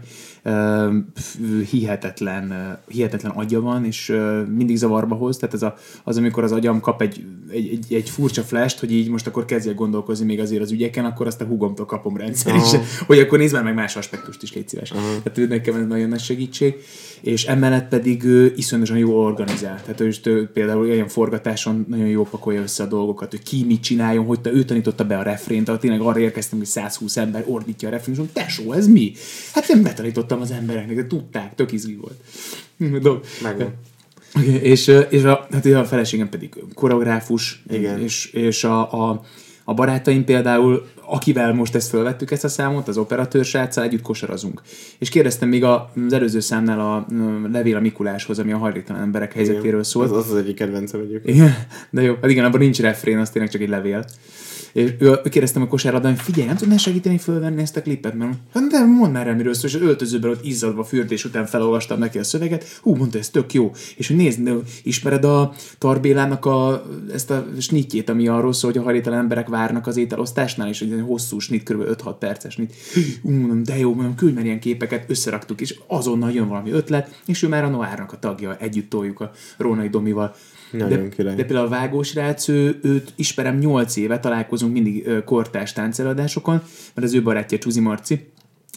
Hihetetlen agya van, és mindig zavarba hoz, tehát az amikor az agyam kap egy furcsa flasht, hogy így most akkor kezdjek gondolkozni még azért az ügyeken, akkor azt a húgomtól kapom rendszer is, hogy akkor nézd már meg más aspektust is, légy szíves. Tehát ő nekem ez nagyon nagy segítség, és emellett pedig ő iszonyatosan jól organizál. Tehát ő például olyan forgatáson nagyon jól pakolja össze a dolgokat, hogy ki mit csináljon, hogy ő tanította be a refrént, ahol tényleg arra érkeztem, hogy 120 ember ordítja a refrént, és tesó, ez mi? Hát én betanítottam az embereknek, de tudták, tök izgi volt. Megvan. Hát a feleségem pedig koreográfus, és a barátaim például, akivel most ezt fölvettük ezt a számot, az operatőr sráccal együtt kosarazunk. És kérdeztem még az előző számnál a Levél a Mikuláshoz, ami a hajléktalan emberek helyzetéről szól. Az egyik kedvencem egyébként. Igen, de jó, hát igen, abban nincs refrén, az tényleg csak egy levél. És kérdeztem a kosárlabdán, hogy figyelj, nem tudnál segíteni fölvenni ezt a klipet? Mert de mondd már el, miről szól, és az öltözőben ott izzadva fürdés után felolvastam neki a szöveget, mondta, ez tök jó. És hogy nézd, ismered a Tarbélának ezt a snitjét, ami arról szól, hogy a hajléktalan emberek várnak az ételosztásnál, és egy hosszú snit, kb. 5-6 perces snit. Mondom, de jó, mondom, küldj már ilyen képeket, összeraktuk, és azonnal jön valami ötlet, és ő már a Noárnak a tagja, együtt toljuk a Rónai Domival. De például a Vágósrác, őt ismerem 8 éve, találkozunk mindig kortárs táncelőadásokon, mert az ő barátja Csuzi Marci,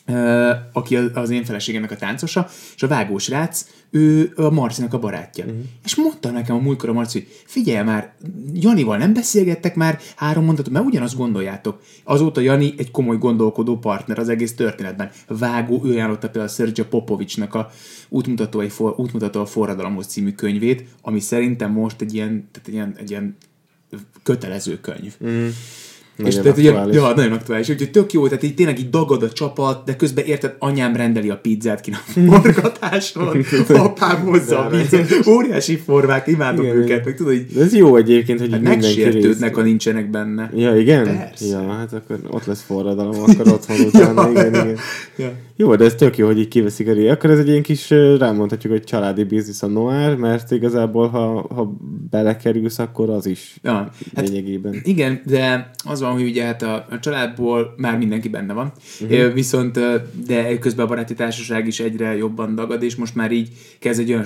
aki az én feleségemnek a táncosa, és a Vágósrác, ő a Marcinak a barátja. És mondta nekem a múltkor a Marci, hogy figyelj már, Janival nem beszélgettek már 3 mondatot, mert ugyanazt gondoljátok. Azóta Jani egy komoly gondolkodó partner az egész történetben. Vágó, ő ajánlotta például Szerdzsa Popovicsnak a Útmutató a forradalomhoz című könyvét, ami szerintem most egy ilyen kötelező könyv. Nagyon aktuális. Nagyon aktuális. Úgyhogy tök jó, tehát így tényleg így dagad a csapat, de közben érted, anyám rendeli a pizzát ki a forgatáson, apám hozza a pizzát, óriási formák, imádom őket, meg tudod, de ez jó egyébként, hogy hát megsértődnek, ha nincsenek benne. Ja, igen? Persze. Ja, hát akkor ott lesz forradalom, akkor otthon utána, igen. Ja. Jó, de ez tök jó, hogy így kiveszik a ré. Akkor ez egy ilyen kis, rámondhatjuk, hogy családi biznisz a Noir, mert igazából, ha belekerülsz, akkor az is lényegében. Hát, igen, de az van, hogy ugye hát a családból már mindenki benne van, viszont de közben a baráti társaság is egyre jobban dagad, és most már így kezd egy olyan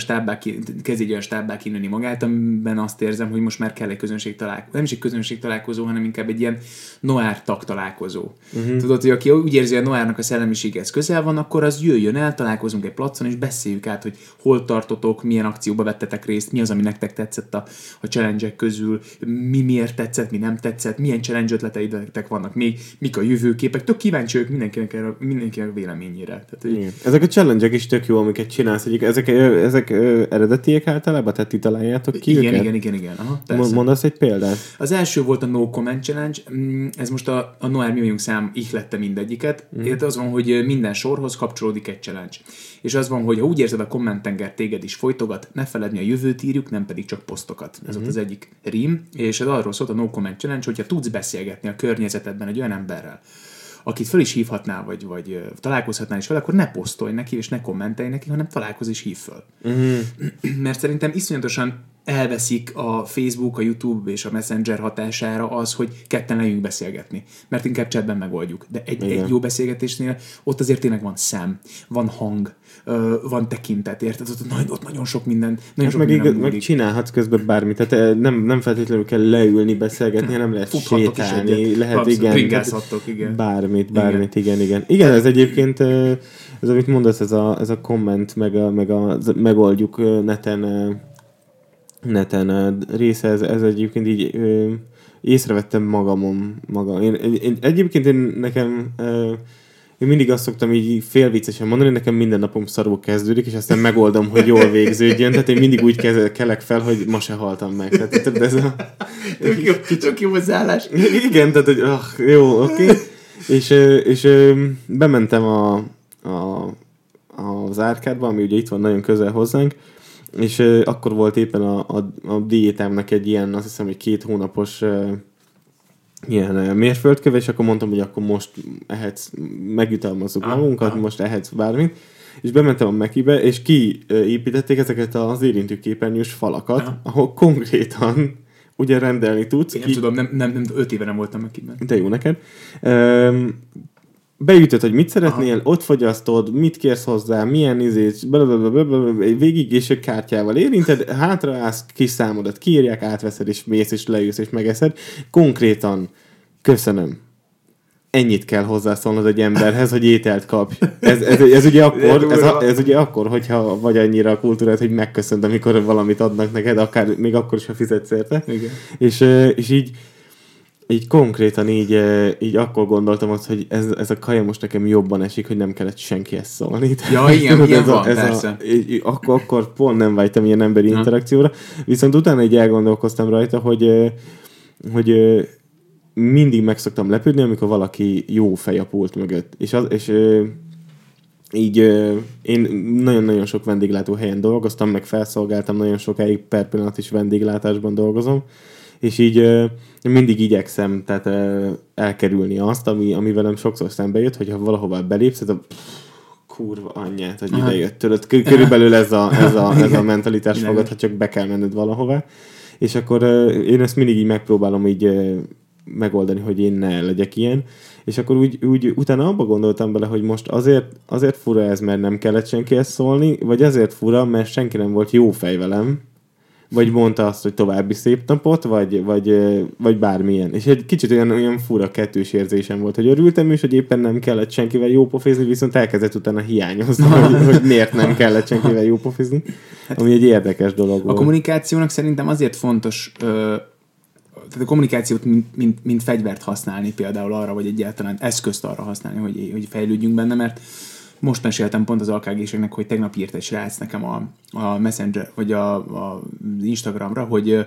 stábbá kinőni magát, amiben azt érzem, hogy most már kell egy közönség találkozó. Nem is egy közönség találkozó, hanem inkább egy ilyen Noir tag találkozó. Tudod, hogy aki úgy érzi, hogy a Noirnak a szellemiséghez közel van, akkor az jöjjön el, találkozunk egy placon, és beszéljük át, hogy hol tartotok, milyen akcióba vettetek részt, mi az, ami nektek tetszett a challenge-ek közül, miért tetszett, mi nem tetszett, milyen challenge ötleteitek vannak még, mik a jövőképek. Tök kíváncsi ők mindenkinek a véleményére. Tehát, hogy... Ezek a challenge-ek is tök jó, amiket csinálsz. Ezek eredetiek általában? Tehát ti találjátok ki őket? Igen. Aha, mondasz egy példát? Az első volt a No Comment Challenge. Ez most a Noir Mi vagyunk szám ihlette mindegyiket. Az van, hogy minden sorhoz kapcsolódik egy challenge. És az van, hogy ha úgy érzed, a kommenttenger téged is folytogat, ne feledd, mi a jövőt írjuk, nem pedig csak posztokat. Ez ott az egyik rím, és ez arról szólt a No Comment Challenge, hogyha tudsz beszélgetni a környezetedben egy olyan emberrel, akit fel is hívhatnál, vagy találkozhatnál is vele, akkor ne posztolj neki, és ne kommentelj neki, hanem találkozz és hív föl. Mert szerintem iszonyatosan elveszik a Facebook, a YouTube és a Messenger hatására az, hogy ketten legyünk beszélgetni. Mert inkább chatben megoldjuk. De egy jó beszélgetésnél ott azért tényleg van szem, van hang, van tekintet, érted? Ott nagyon sok minden. Meg csinálhatsz közben bármit. Tehát nem feltétlenül kell leülni, beszélgetni, hanem lehet sétálni. Lehet, igen. Bármit, igen. Igen, ez egyébként, ez amit mondasz, ez a komment, meg a megoldjuk neten része, ez egyébként így észrevettem magam. Én mindig azt szoktam így félviccesen mondani, nekem minden napom szarul kezdődik, és aztán megoldom, hogy jól végződjön. Tehát én mindig úgy kelek fel, hogy ma se haltam meg. Tehát ez a... Tök jó hozzáállás. Igen, tehát hogy jó, oké. És bementem az árkádba, ami ugye itt van nagyon közel hozzánk, és akkor volt éppen a diétámnak egy ilyen, azt hiszem, hogy 2 hónapos ilyen mérföldköve, és akkor mondtam, hogy akkor most ehetsz, megjutalmazzuk magunkat, most ehetsz bármit. És bementem a Mekibe, és kiépítették ezeket az érintőképernyős falakat, ahol konkrétan ugye rendelni tudsz. Én nem tudom, nem 5 éve nem voltam Mekiben. De jó neked. Beütöd, hogy mit szeretnél, ott fogyasztod, mit kérsz hozzá, milyen izét, végig és egy kártyával érinted, hátraállsz, kis számodat kiírják, átveszed, és mész, és leülsz, és megeszed. Konkrétan, köszönöm. Ennyit kell hozzászólnod egy emberhez, hogy ételt kapj. Ez ugye akkor, hogyha vagy annyira a kultúrát, hogy megköszönd, amikor valamit adnak neked, akár még akkor is, ha fizetsz érte. Igen. És így konkrétan így akkor gondoltam azt, hogy ez a kaja most nekem jobban esik, hogy nem kellett senkihez szólni. Ja, ilyen van, persze. Akkor pont nem vágytam ilyen emberi interakcióra, viszont utána így elgondolkoztam rajta, hogy mindig meg szoktam lepődni, amikor valaki jó fej a pult mögött. Így én nagyon-nagyon sok vendéglátóhelyen dolgoztam, meg felszolgáltam, nagyon sokáig per pillanat is vendéglátásban dolgozom, és így mindig igyekszem tehát elkerülni azt, ami velem sokszor szembe jött, hogyha valahová belépsz, ez a kurva anyját, hogy ide jött tőled. Körülbelül ez a mentalitás fogad, ha csak be kell menned valahová. És akkor én ezt mindig így megpróbálom így megoldani, hogy én ne legyek ilyen. És akkor úgy utána abba gondoltam bele, hogy most azért fura ez, mert nem kellett senkihez szólni, vagy azért fura, mert senki nem volt jó fej velem, vagy mondta azt, hogy további szép napot, vagy bármilyen. És egy kicsit olyan fura kettős érzésem volt, hogy örültem is, hogy éppen nem kellett senkivel jópofézni, viszont elkezdett utána hiányozni, hogy miért nem kellett senkivel jópofézni, ami egy érdekes dolog volt. A kommunikációnak szerintem azért fontos, tehát a kommunikációt mint fegyvert használni például arra, vagy egyáltalán eszközt arra használni, hogy fejlődjünk benne, mert most meséltem pont az AKG-seknek, hogy tegnap írt egy srác nekem a Messenger, vagy a Instagramra, hogy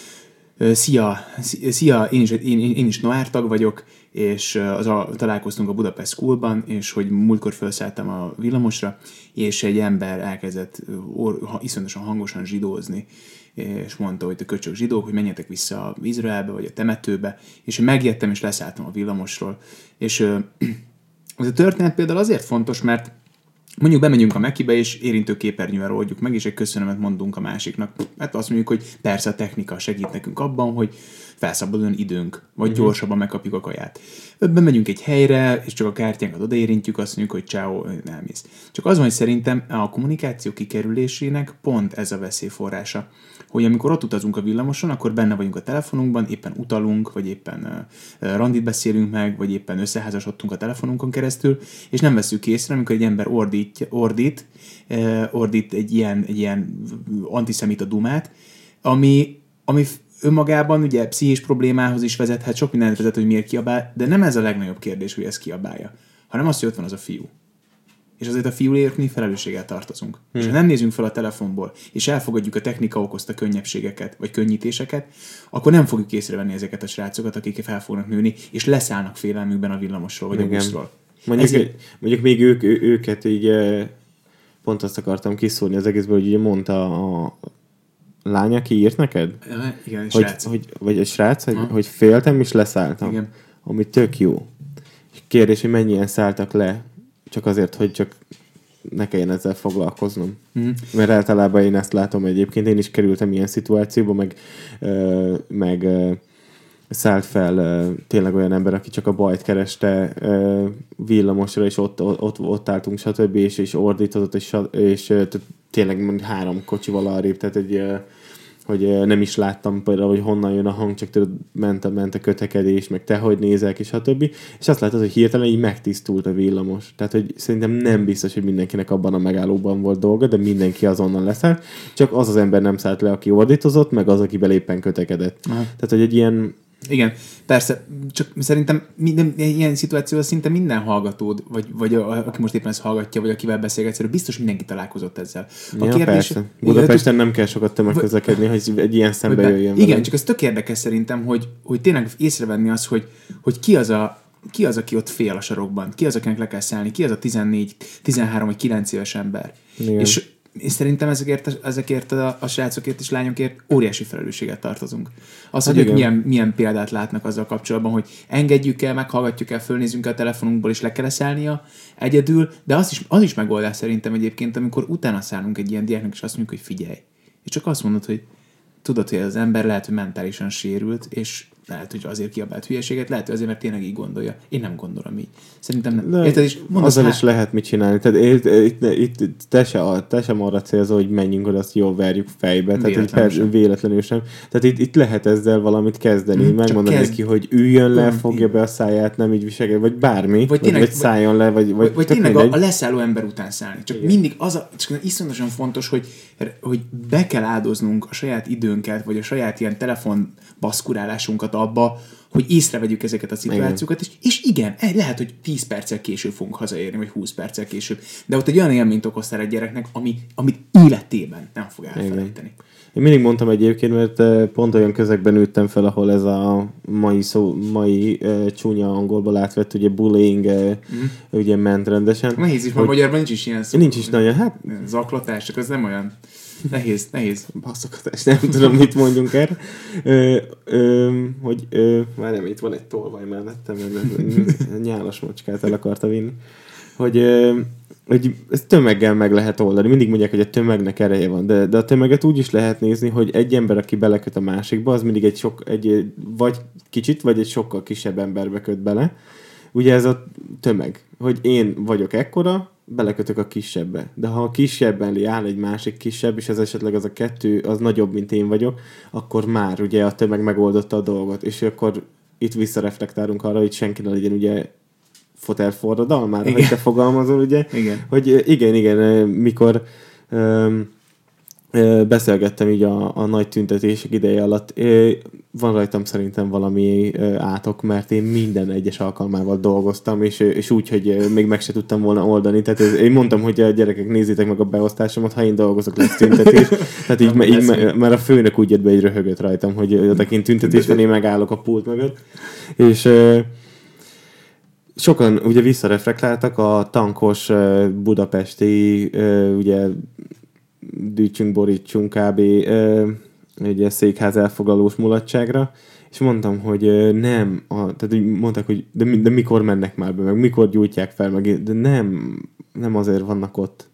szia, én is Noár tag vagyok, és találkoztunk a Budapest Schoolban, és hogy múltkor felszálltam a villamosra, és egy ember elkezdett iszonyatosan hangosan zsidózni, és mondta, hogy te köcsög zsidók, hogy menjetek vissza Izraelbe, vagy a temetőbe, és megijedtem, és leszálltam a villamosról. És ez a történet például azért fontos, mert mondjuk bemegyünk a Mekibe, és érintő képernyővel oldjuk meg, és egy köszönemet mondunk a másiknak. Hát azt mondjuk, hogy persze a technika segít nekünk abban, hogy felszabaduljon időnk, vagy gyorsabban megkapjuk a kaját. Bemegyünk egy helyre, és csak a kártyánkat odaérintjük, azt mondjuk, hogy ciao, elmész. Csak az van, hogy szerintem a kommunikáció kikerülésének pont ez a veszélyforrása, hogy amikor ott utazunk a villamoson, akkor benne vagyunk a telefonunkban, éppen utalunk, vagy éppen randit beszélünk meg, vagy éppen összeházasodtunk a telefonunkon keresztül, és nem veszük észre, amikor egy ember ordít egy ilyen antiszemita dumát, ami önmagában ugye pszichés problémához is vezethet, sok mindent vezet, hogy miért kiabál, de nem ez a legnagyobb kérdés, hogy ez kiabálja, hanem az, hogy ott van az a fiú. És azért a fiúért mi felelősséggel tartozunk. És ha nem nézünk fel a telefonból, és elfogadjuk a technika okozta könnyebbségeket, vagy könnyítéseket, akkor nem fogjuk észrevenni ezeket a srácokat, akik fel fognak nőni, és leszállnak félelmükben a villamosról, vagy a buszról. Mondjuk még őket így pont azt akartam kiszúrni az egészből, hogy így mondta a lány, aki írt neked? Igen, egy srác. Vagy egy srác, hogy féltem és leszálltam. Igen. Ami tök jó. Kérdés, hogy mennyien szálltak le, csak azért, hogy csak ne kelljen ezzel foglalkoznom. Mert általában én ezt látom egyébként. Én is kerültem ilyen szituációba, meg szállt fel tényleg olyan ember, aki csak a bajt kereste villamosra, és ott álltunk, stb. És ordítozott, és tényleg 3 kocsival arrébb, tehát hogy nem is láttam például, hogy honnan jön a hang, csak tudod, ment a kötekedés, meg te hogy nézel, és stb. És azt látod, hogy hirtelen így megtisztult a villamos. Tehát, hogy szerintem nem biztos, hogy mindenkinek abban a megállóban volt dolga, de mindenki azonnal leszállt. Csak az ember nem szállt le, aki ordítozott, meg az, aki éppen kötekedett. Aha. Tehát, hogy egy ilyen... Igen, persze, csak szerintem ilyen szituációban szinte minden hallgatód, vagy aki most éppen ezt hallgatja, vagy akivel beszélgetsz, biztos mindenki találkozott ezzel. Kérdés, persze. Budapesten nem kell sokat tömegközlekedni, hogy egy ilyen szembe jöjjön. Igen, velem. Csak ez tök érdekes szerintem, hogy tényleg észrevenni az, hogy ki az, aki ott fél a sarokban, ki az, akinek le kell szállni, ki az a 14, 13 vagy 9 éves ember. Igen. és szerintem ezekért a srácokért és lányokért óriási felelősséget tartozunk. Az, hogy ők milyen példát látnak azzal kapcsolatban, hogy engedjük el, meghallgatjuk el, fölnézzünk el a telefonunkból, és le kell szállnia egyedül, de az is megoldás szerintem egyébként, amikor utána szállunk egy ilyen diáknak, és azt mondjuk, hogy figyelj. És csak azt mondod, hogy tudod, hogy az ember lehet, hogy mentálisan sérült, és lehet, hogy azért kiabált hülyeséget, lehet, hogy azért, mert tényleg így gondolja. Én nem gondolom így. Szerintem nem. Érted, és azzal is lehet mit csinálni. Tehát itt te sem arra célzó, hogy menjünk oda, azt jól verjük fejbe. Tehát véletlenül sem. Tehát itt lehet ezzel valamit kezdeni. Megmondani neki, hogy üljön le, fogja be a száját, nem így viselkedj, vagy bármi. Vagy szálljon le, vagy tényleg a leszálló ember után szállni. Csak igen. Mindig csak iszonyatosan fontos, hogy be kell áldoznunk a saját időnket, vagy a saját ilyen telefon baszkurálásunkat abba, hogy észrevegyük ezeket a szituációkat, és igen, lehet, hogy 10 perccel később fogunk hazaérni, vagy 20 perccel később, de ott egy olyan élményt okoztál egy gyereknek, amit életében nem fog elfelejteni. Én mindig mondtam egyébként, mert pont olyan közegben nőttem fel, ahol ez a mai csúnya angolból átvett, ugye bullying ugye ment rendesen. Nehéz is, mert magyarban nincs is ilyen szó. Nincs is nagyon, hát... Zaklatás, csak az nem olyan... Nehéz. Basszokatás, nem tudom, mit mondjunk erre. Várjál, itt van egy tolvaj mellettem, nyálas macskát el akarta vinni. Hogy ezt tömeggel meg lehet oldani. Mindig mondják, hogy a tömegnek ereje van, de a tömeget úgy is lehet nézni, hogy egy ember, aki beleköt a másikba, az mindig egy vagy kicsit, vagy egy sokkal kisebb emberbe köt bele. Ugye ez a tömeg, hogy én vagyok ekkora, belekötök a kisebbbe. De ha a kisebben áll egy másik kisebb, és ez esetleg az a kettő, az nagyobb, mint én vagyok, akkor már ugye a tömeg megoldotta a dolgot. És akkor itt visszareflektálunk arra, hogy senki ne legyen ugye fotelforradalmára, hogy te fogalmazol, ugye? Igen. Hogy igen, mikor beszélgettem így a nagy tüntetések ideje alatt, van rajtam szerintem valami átok, mert én minden egyes alkalmával dolgoztam, és úgy, hogy még meg se tudtam volna oldani. Tehát én mondtam, hogy a gyerekek, nézzétek meg a beosztásomat, ha én dolgozok, lesz tüntetés. Tehát így mert a főnök úgy jött be, egy röhögött rajtam, hogy odakint tüntetés van, én megállok a pult mögött. És sokan ugye visszareflektáltak a tankos budapesti ugye dűtsünk, borítsunk kb. Ugye székház elfoglalós mulatságra, és mondtam, hogy tehát mondták, hogy de mikor mennek már be, meg mikor gyújtják fel, meg, de nem azért vannak ott.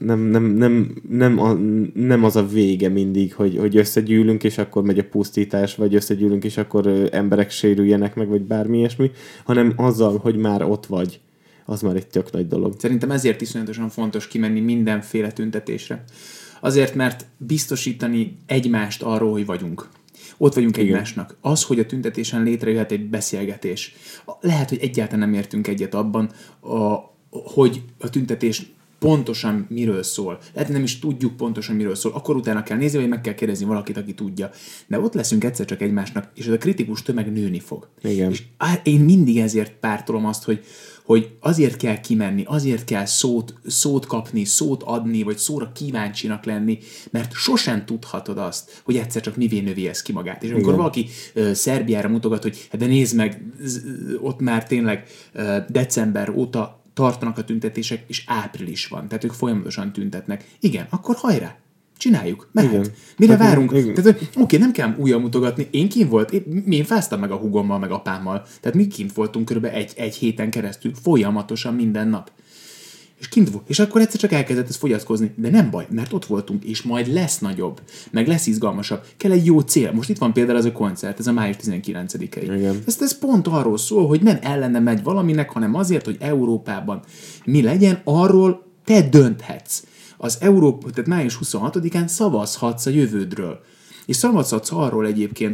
Nem az a vége mindig, hogy összegyűlünk, és akkor megy a pusztítás, vagy összegyűlünk, és akkor emberek sérüljenek meg, vagy bármi ilyesmi, hanem azzal, hogy már ott vagy, az már egy tök nagy dolog. Szerintem ezért iszonyatosan fontos kimenni mindenféle tüntetésre. Azért, mert biztosítani egymást arról, hogy vagyunk. Ott vagyunk egymásnak. Az, hogy a tüntetésen létrejöhet egy beszélgetés. Lehet, hogy egyáltalán nem értünk egyet abban, hogy a tüntetés pontosan miről szól. Lehet, nem is tudjuk pontosan miről szól. Akkor utána kell nézni, vagy meg kell kérdezni valakit, aki tudja. De ott leszünk egyszer csak egymásnak, és ez a kritikus tömeg nőni fog. Igen. És én mindig ezért pártolom azt, hogy azért kell kimenni, azért kell szót kapni, szót adni, vagy szóra kíváncsinak lenni, mert sosem tudhatod azt, hogy egyszer csak mivé növi ez ki magát. És amikor valaki Szerbiára mutogat, hogy de nézd meg, ott már tényleg december óta tartanak a tüntetések, és április van, tehát ők folyamatosan tüntetnek. Igen, akkor hajrá! Csináljuk, mehet. Igen. Mire várunk? Tehát, oké, nem kell újra mutogatni. Én kint volt, én fáztam meg a húgommal, meg apámmal. Tehát mi kint voltunk körülbelül egy héten keresztül, folyamatosan minden nap. És kint volt. És akkor egyszer csak elkezdett ez fogyatkozni. De nem baj, mert ott voltunk, és majd lesz nagyobb, meg lesz izgalmasabb. Kell egy jó cél. Most itt van például ez a koncert, ez a május 19-i. Ez pont arról szól, hogy nem ellene megy valaminek, hanem azért, hogy Európában mi legyen, arról te dönthetsz. Tehát május 26-án szavazhatsz a jövődről. És szavazhatsz arról egyébként,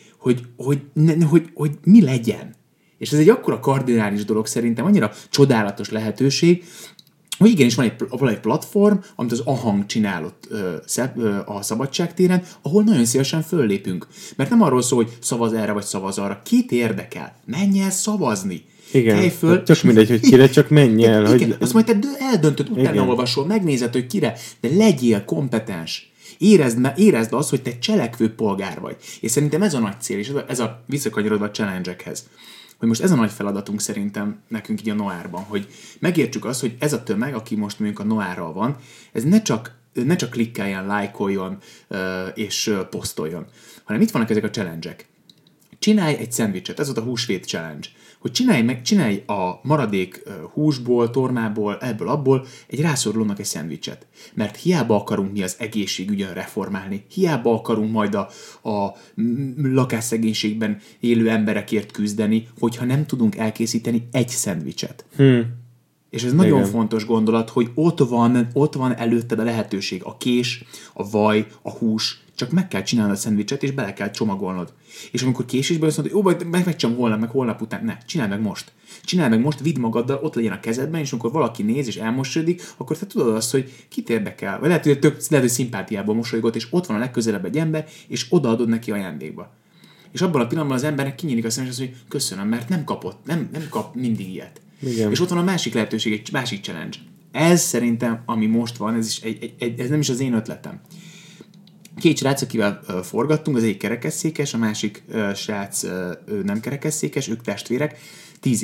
hogy mi legyen. És ez egy akkora kardinális dolog szerintem, annyira csodálatos lehetőség, hogy igenis van egy platform, amit az AHANG csinálott a Szabadságtéren, ahol nagyon szívesen föllépünk. Mert nem arról szól, hogy szavaz erre vagy szavaz arra. Kit érdekel? Menj el szavazni! Igen, föl, csak mindegy, hogy kire, csak menj el. Igen, azt majd te eldöntöd, utána olvasol, megnézed, hogy kire, de legyél kompetens. Érezd azt, hogy te cselekvő polgár vagy. És szerintem ez a nagy cél, és ez a visszakanyarodva a challenge-ekhez, hogy most ez a nagy feladatunk szerintem nekünk így a Noárban, hogy megértsük azt, hogy ez a tömeg, aki most mondjuk a Noárral van, ez ne csak ne csak klikkeljen, lájkoljon és posztoljon, hanem itt vannak ezek a challenge-ek. Csinálj egy szendvicset, ez volt a húsvét challenge, hogy csinálj a maradék húsból, tormából, ebből, abból egy rászorulónak egy szendvicset. Mert hiába akarunk mi az egészségügyön reformálni, hiába akarunk majd a lakásszegénységben élő emberekért küzdeni, hogyha nem tudunk elkészíteni egy szendvicset. És ez nagyon fontos gondolat, hogy ott van előtted a lehetőség, a kés, a vaj, a hús, csak meg kell csinálnod a szendvicset, és bele kell csomagolnod. És amikor késésben azt mondod, hogy megcsinálom holnap, meg holnap után, ne, csináld meg most. Csináld meg most, vidd magaddal, ott legyen a kezedben, és amikor valaki néz és elmosodik, akkor te tudod azt, hogy kit érdekel. Vagy lehet, hogy szimpátiából mosolygott, és ott van a legközelebb egy ember, és odaadod neki ajándékba. És abban a pillanatban az embernek kinyílik a szem, és azt mondja, hogy köszönöm, mert nem kap mindig ilyet. Igen. És ott van a másik lehetőség, egy másik challenge. Ez szerintem, ami most van, ez nem is az én ötletem. Két srác, akivel forgattunk, az egyik kerekesszékes, a másik srác ő nem kerekesszékes, ők testvérek, 10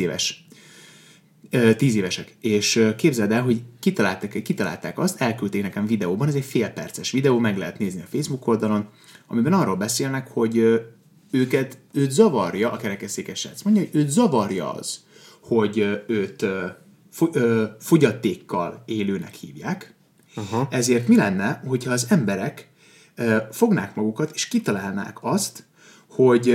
évesek. És képzeld el, hogy kitalálták azt, elküldték nekem videóban, ez egy félperces videó, meg lehet nézni a Facebook oldalon, amiben arról beszélnek, hogy őt zavarja, a kerekesszékes srác mondja, hogy őt zavarja az, hogy őt fogyatékkal élőnek hívják. Aha. Ezért mi lenne, hogyha az emberek fognák magukat, és kitalálnák azt, hogy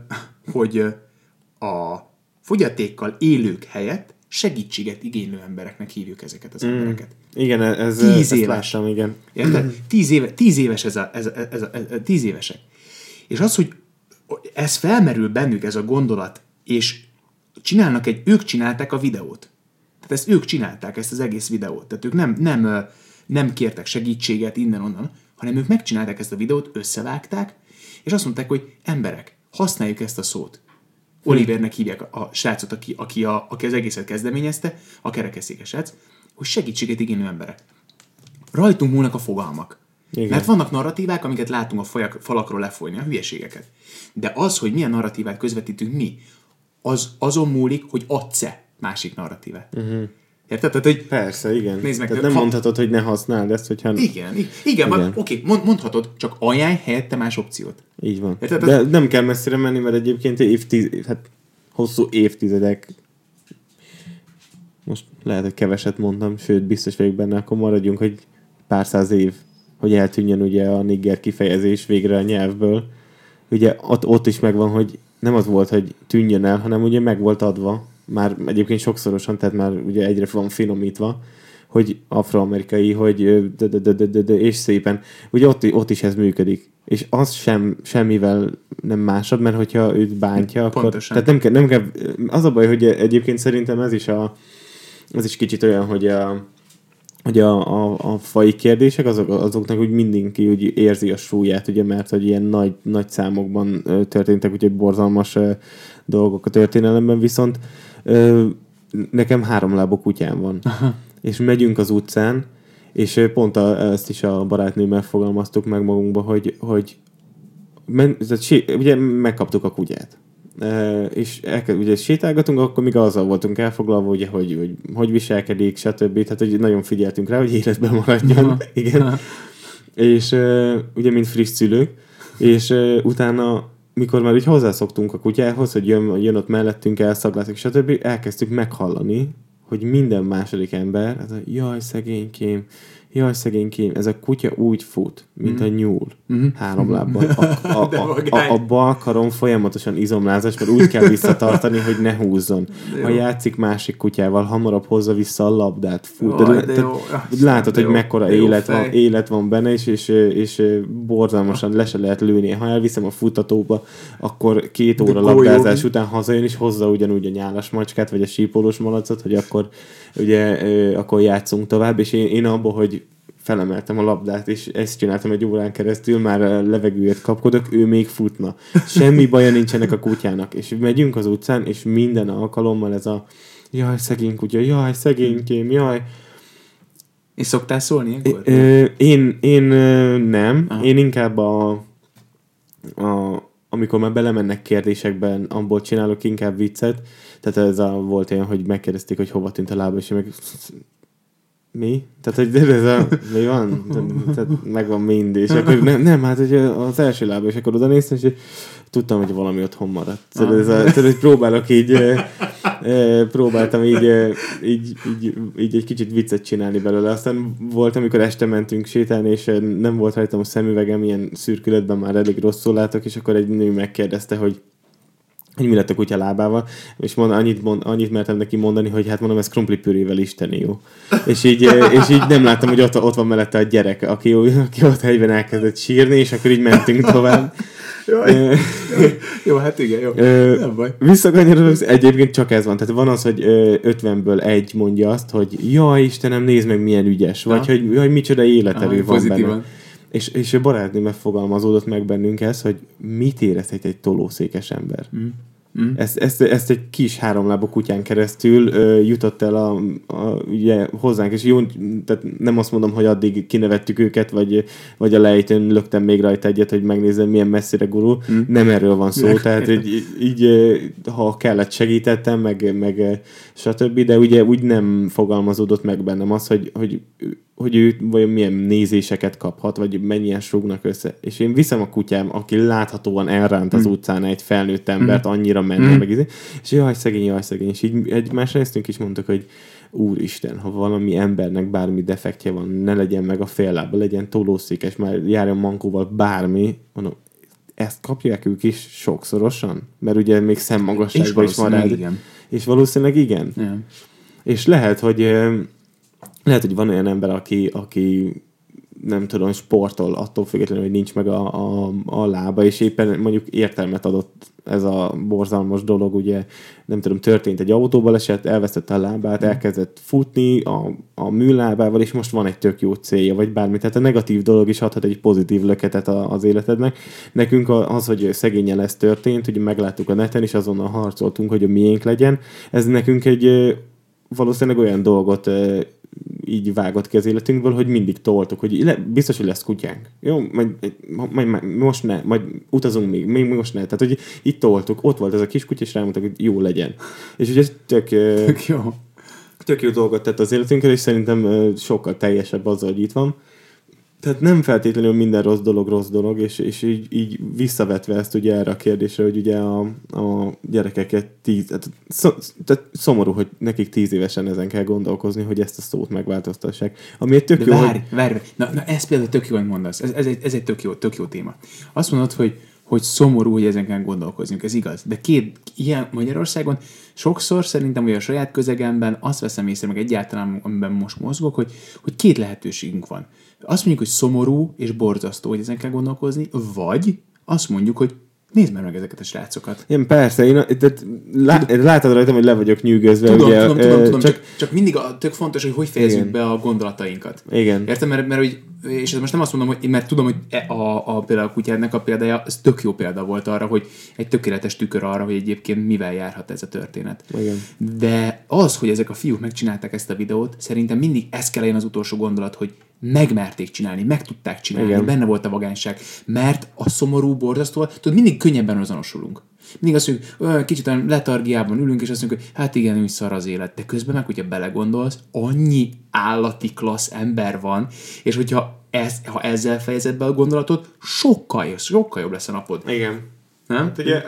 a fogyatékkal élők helyett segítséget igénylő embereknek hívjuk ezeket az embereket. Igen, ez 10 éves. Láttam, igen. Érted? 10 éves 10 évesek. És az, hogy ez felmerül bennük, ez a gondolat, és ők csinálták a videót. Tehát ezt ők csinálták, ezt az egész videót. Tehát ők nem kértek segítséget innen-onnan, hanem ők megcsinálták ezt a videót, összevágták, és azt mondták, hogy emberek, használjuk ezt a szót. Olivernek hívják a srácot, aki az egészet kezdeményezte, a kerekesszékes srác, hogy segítséget igénylő emberek. Rajtunk múlnak a fogalmak. Igen. Mert vannak narratívák, amiket látunk a falakról lefolyni, a hülyeségeket. De az, hogy milyen narratívát közvetítünk mi, azon múlik, hogy adsz-e másik narratívát. Érted? Tehát, hogy persze, igen. Nézd meg, tehát nem mondhatod, hogy ne használd ezt, hogyha... Igen. Oké, mondhatod, csak ajánlj helyette más opciót. Így van. Érted? De nem kell messzire menni, mert egyébként hosszú évtizedek, most lehet, hogy keveset mondtam, sőt, biztos vagyok benne, akkor maradjunk, hogy pár száz év, hogy eltűnjön ugye a nigger kifejezés végre a nyelvből. Ugye ott is megvan, hogy nem az volt, hogy tűnjön el, hanem ugye meg volt adva, már egyébként sokszorosan, tehát már ugye egyre van finomítva, hogy afroamerikai, hogy és szépen. Ugye ott is ez működik. És az semmivel nem másabb, mert hogyha őt bántja, akkor... Pontosan. Tehát nem kell... Az a baj, hogy egyébként szerintem ez is kicsit olyan, hogy a fai kérdések, azoknak úgy mindenki úgy érzi a súlyát, ugye, mert hogy ilyen nagy számokban történtek, úgyhogy borzalmas dolgok a történelemben, viszont nekem 3 lábú kutyám van. Aha. És megyünk az utcán, és pont ezt is a barátnőmmel fogalmaztuk meg magunkba, hogy ugye megkaptuk a kutyát. És ugye sétálgatunk, akkor még azzal voltunk elfoglalva, ugye, hogy viselkedik, stb. Tehát, hogy nagyon figyeltünk rá, hogy életben maradjon. Igen. És ugye, mint friss szülők, és utána, mikor már úgy hozzászoktunk a kutyához, hogy jön ott mellettünk, elszaglázik, stb., elkezdtük meghallani, hogy minden második ember, jaj, szegénykém, ez a kutya úgy fut, mint a nyúl. 3 lábbal. A bal karon folyamatosan izomlázás, mert úgy kell visszatartani, hogy ne húzzon. Ha játszik másik kutyával, hamarabb hozza vissza a labdát. Fut. Látod, hogy mekkora élet van benne, és borzalmasan le se lehet lőni. Ha elviszem a futtatóba, akkor 2 óra labdázás után hazajön, és hozza ugyanúgy a nyálas macskát, vagy a sípolós malacot, hogy akkor játszunk tovább, és én abból, hogy felemeltem a labdát, és ezt csináltam egy órán keresztül, már levegőért kapkodok, ő még futna. Semmi baja nincsenek a kutyának. És megyünk az utcán, és minden alkalommal ez a jaj, szegény kutya, jaj, szegénykém, jaj. És szoktál szólni ilyenkor? Én nem. Aha. Én inkább amikor már belemennek kérdésekben, abból csinálok inkább viccet. Tehát volt olyan, hogy megkérdezték, hogy hova tűnt a lába, és én meg Mi? Tehát, hogy ez a... Mi van? Tehát megvan mindig. És akkor nem, hát hogy az első lába, és akkor oda néztem, és tudtam, hogy valami otthon maradt. Tehát, hogy próbáltam így egy kicsit viccet csinálni belőle. Aztán volt, amikor este mentünk sétálni, és nem volt rajtam a szemüvegem, ilyen szürkületben már elég rosszul látok, és akkor egy nő megkérdezte, hogy mi lett a kutya lábával, és annyit mertem neki mondani, hogy hát mondom, ez krumplipürével isteni jó. És így nem láttam, hogy ott van mellette a gyerek, aki ott helyben elkezdett sírni, és akkor így mentünk tovább. Jó, hát igen, jó. Nem baj. Visszakanyarodok, egyébként csak ez van. Tehát van az, hogy 50-ből egy mondja azt, hogy jaj, Istenem, nézd meg, milyen ügyes, vagy hogy micsoda életerő van benne. És a barátnő megfogalmazódott meg bennünk ez, hogy mit érezhet egy tolószékes ember. Ezt egy kis háromlábú kutyán keresztül jutott el ugye hozzánk, és jó, tehát nem azt mondom, hogy addig kinevettük őket, vagy a lejtőn löktem még rajta egyet, hogy megnézem, milyen messzire gurul. Nem erről van szó, tehát így ha kellett, segítettem, meg stb., de ugye úgy nem fogalmazódott meg bennem az, hogy ő vajon milyen nézéseket kaphat, vagy mennyien súgnak össze. És én viszem a kutyám, aki láthatóan elránt az utcán egy felnőtt embert, annyira menne meg. És jaj, szegény. És így egymásra néztünk, és mondtuk, hogy úristen, ha valami embernek bármi defektje van, ne legyen meg a féllába, legyen tolószékes, már járjon mankóval bármi, mondom, ezt kapják ők is sokszorosan? Mert ugye még szemmagasságban is van rád. És valószínűleg igen. Yeah. És lehet, hogy van olyan ember, aki nem tudom, sportol attól függetlenül, hogy nincs meg a lába, és éppen mondjuk értelmet adott ez a borzalmas dolog, ugye nem tudom, történt egy autóbaleset, elvesztette a lábát, elkezdett futni a műlábával, és most van egy tök jó célja, vagy bármi. Tehát a negatív dolog is adhat egy pozitív löketet az életednek. Nekünk az, hogy szegényen ez történt, ugye megláttuk a neten, és azonnal harcoltunk, hogy a miénk legyen. Ez nekünk egy valószínűleg olyan dolgot így vágott ki az életünkből, hogy mindig toltuk, hogy biztos, hogy lesz kutyánk. Jó, majd most ne, majd utazunk még most ne. Tehát, hogy itt toltuk, ott volt ez a kis kutya, és rámondtak, hogy jó legyen. És ugye ez tök jó dolgot tett az életünkkel, és szerintem sokkal teljesebb azzal, hogy itt van. Tehát nem feltétlenül minden rossz dolog, és így visszavetve ezt ugye erre a kérdésre, hogy ugye a gyerekeket tehát szomorú, hogy nekik 10 évesen ezen kell gondolkozni, hogy ezt a szót megváltoztassák. Ami egy tök jó, várj. Na, ez például tök jó, hogy mondasz. Ez egy tök jó téma. Azt mondod, hogy szomorú, hogy ezen kell gondolkoznunk. Ez igaz. De ilyen Magyarországon sokszor szerintem, hogy a saját közegemben azt veszem észre, meg egyáltalán, amiben most mozgok, hogy két lehetőségünk van. Azt mondjuk, hogy szomorú és borzasztó, hogy ezen kell gondolkozni, vagy azt mondjuk, hogy nézd meg ezeket a srácokat. Igen, persze. Látod rajtam, hogy le vagyok nyűgözve. Tudom. Csak mindig tök fontos, hogy fejezzük be a gondolatainkat. Igen. Értem? Mert hogy, és most nem azt mondom, hogy mert tudom, hogy például a kutyának a példája, ez tök jó példa volt arra, hogy egy tökéletes tükör arra, hogy egyébként mivel járhat ez a történet. Igen. De az, hogy ezek a fiúk megcsinálták ezt a videót, szerintem mindig ez kell legyen az utolsó gondolat, hogy megmerték csinálni, meg tudták csinálni, igen. Benne volt a vagányság, mert a szomorú, borzasztó, tudod, mindig könnyebben azonosulunk. Mindig azt mondjuk, kicsit olyan letargiában ülünk, és azt mondjuk, hogy hát igen, úgy szar az élet, de közben meg, hogyha belegondolsz, annyi állati klassz ember van, és hogyha ha ezzel fejezed be a gondolatot, sokkal jobb lesz a napod. Igen. Nem? Hát ugye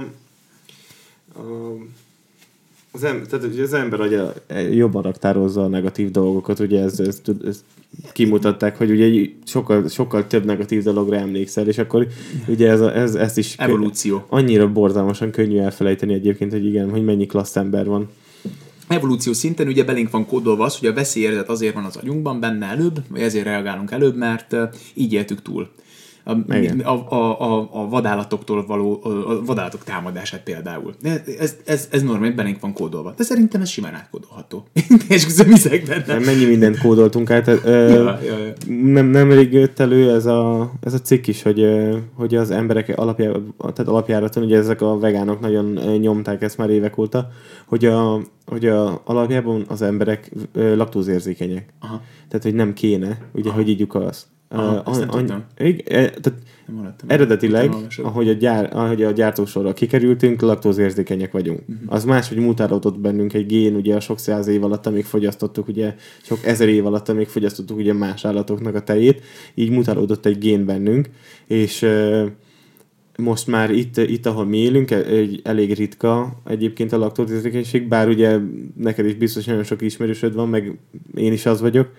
tehát ugye az ember ugye jobban raktározza a negatív dolgokat, ugye ezt kimutatták, hogy ugye sokkal több negatív dologra emlékszel, és akkor ugye ez is evolúció. Annyira borzalmasan könnyű elfelejteni egyébként, hogy igen, hogy mennyi klassz ember van. Evolúció szinten ugye belénk van kódolva az, hogy a veszélyérzet azért van az agyunkban benne előbb, vagy ezért reagálunk előbb, mert így éltük túl. A vadállatoktól való a vadállatok támadását például. Ez normális, belénk van kódolva. De szerintem ez simán átkódolható. És közben hiszek benne. Mennyi mindent kódoltunk át. Nemrég jött elő ez a cikk is, hogy az emberek alapjáraton, ugye ezek a vegánok nagyon nyomták ezt már évek óta, hogy alapjában az emberek laktózérzékenyek. Aha. Tehát, hogy nem kéne, ugye, hogy ígyuk azt. Ezt nem tudtam. Tehát eredetileg, ahogy a gyártósorral kikerültünk, laktózérzékenyek vagyunk. Az más, hogy mutálódott bennünk egy gén, ugye a sok száz év alatt, amíg fogyasztottuk, ugye sok ezer év alatt, amíg fogyasztottuk ugye más állatoknak a tejét, így mutálódott egy gén bennünk, és most már itt, ahol mi élünk, elég ritka egyébként a laktózérzékenység, bár ugye neked is biztos nagyon sok ismerősöd van, meg én is az vagyok.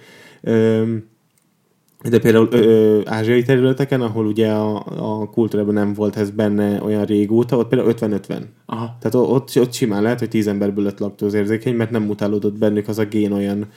De például ázsiai területeken, ahol ugye a kultúrában nem volt ez benne olyan régóta, ott például 50-50. Aha. Tehát ott simán lehet, hogy 10 emberből lett laktózérzékeny, mert nem mutálódott bennük az a gén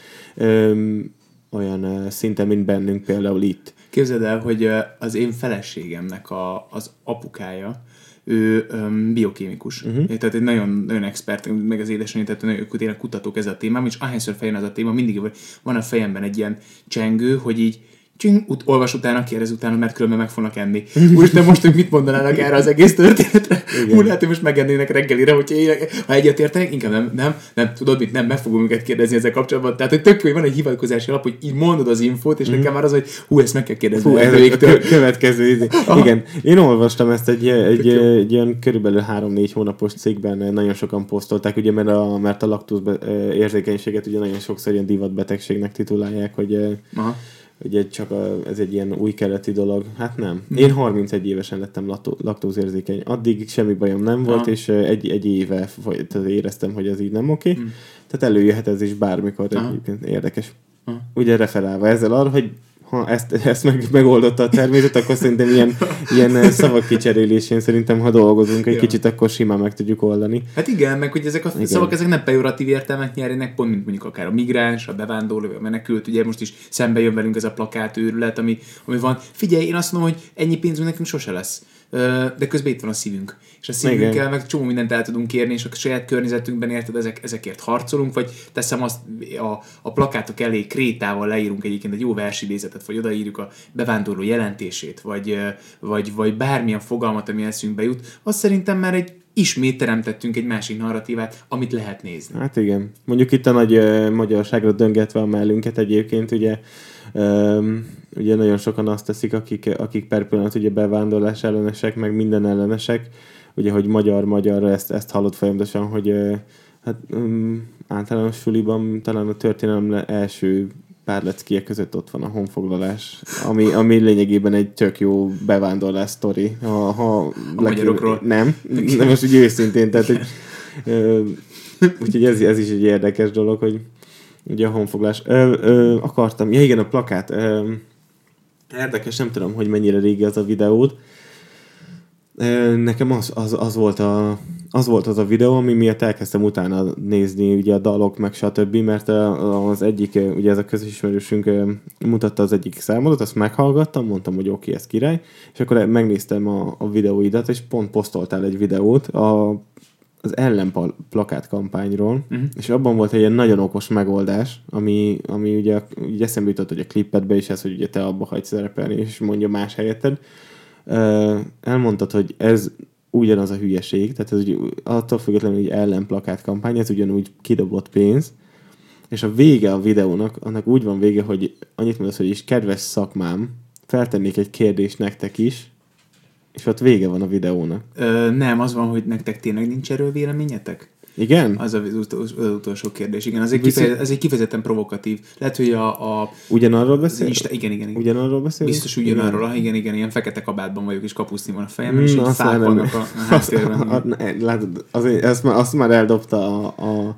olyan szinten, mint bennünk például itt. Képzeld el, hogy az én feleségemnek az apukája, ő biokémikus. Tehát egy nagyon, nagyon expert, meg az édesanyja, tehát ők tényleg kutatók ez a témám, és ahányszor feljön ez a téma, mindig van a fejemben egy ilyen csengő, hogy így olvas utána, kérdez utána, mert különben meg fognak enni. Úristen, most ők mit mondanának erre az egész történetre? Úgy lehet, hogy most megennének reggelire, ha egyetértenek, inkább nem, tudod mit, nem, meg fogom őket kérdezni ezzel kapcsolatban. Tehát, hogy tök jó, hogy van egy hivatkozási alap, hogy így mondod az infót, és nekem már az, hogy ezt meg kell kérdezni. Ez a következő idő. Igen, én olvastam ezt egy ilyen körülbelül 3-4 hónapos cikkben, nagyon sokan posztolták, ugye, mert a laktóz érzékenységet ugye nagyon sokszor ilyen divatbetegségnek titulálják, hogy ugye csak ez egy ilyen új keleti dolog. Hát nem. Én 31 évesen lettem laktózérzékeny. Addig semmi bajom nem volt, és egy éve éreztem, hogy ez így nem oké. Tehát előjöhet ez is bármikor. Érdekes. Ugye referálva ezzel arra, hogy ha ezt megoldotta a természet, akkor szerintem ilyen szavak kicserélésén szerintem, ha dolgozunk egy kicsit, akkor simán meg tudjuk oldani. Hát igen, meg hogy ezek a szavak ezek nem pejoratív értelmet nyernek, pont mint mondjuk akár a migráns, a bevándorló, a menekült, ugye most is szembe jön velünk ez a plakátőrület, ami van. Figyelj, én azt mondom, hogy ennyi pénzünk nekünk sose lesz. De közben itt van a szívünk. És a szívünkkel meg csomó mindent el tudunk kérni, és a saját környezetünkben érted, ezekért harcolunk, vagy teszem azt a plakátok elé krétával leírunk egyébként egy jó versidézetet, vagy odaírjuk a bevándorló jelentését, vagy bármilyen fogalmat, ami eszünkbe jut, azt szerintem már ismét teremtettünk egy másik narratívát, amit lehet nézni. Hát igen. Mondjuk itt a nagy magyarságra döngetve a mellünket egyébként, ugye nagyon sokan azt teszik, akik per pillanat ugye bevándorlás ellenesek, meg minden ellenesek, ugye, hogy magyar, ezt hallott folyamatosan, hogy általános suliban talán a történelem első pár leckéje között ott van a honfoglalás, ami lényegében egy tök jó bevándorlás sztori. A magyarokról. Nem, most úgy őszintén, tehát úgyhogy ez is egy érdekes dolog, hogy ugye a honfoglalás. Akartam, igen, a plakát. Érdekes, nem tudom, hogy mennyire régi az a videód. Nekem az volt az a videó, ami miatt elkezdtem utána nézni ugye a dalok, meg stb., mert az egyik, ugye ez a közös ismerősünk mutatta az egyik számodat, azt meghallgattam, mondtam, hogy oké, ez király, és akkor megnéztem a videóidat, és pont posztoltál egy videót az ellenplakát kampányról, és abban volt egy ilyen nagyon okos megoldás, ami ugye eszembe jutott, hogy a klippedbe is ez, hogy ugye te abba hagysz szerepelni, és mondja más helyetted. Elmondtad, hogy ez ugyanaz a hülyeség, tehát ez ugye, attól függetlenül, hogy ellenplakát kampány, ez ugyanúgy kidobott pénz, és a vége a videónak, annak úgy van vége, hogy annyit mondasz, hogy is kedves szakmám, feltennék egy kérdést nektek is, és ott vége van a videónak. Nem, az van, hogy nektek tényleg nincs erről véleményetek? Igen? Az az utolsó kérdés. Igen, ez egy kifejezetten provokatív. Lehet, hogy ugyanarról beszél? Igen. Ugyanarról beszél? Biztos ugyanarról. Igen, ilyen fekete kabátban vagyok, és kapuszni van a fejemben, és így fák vannak a háttérben. Látod, azt már eldobta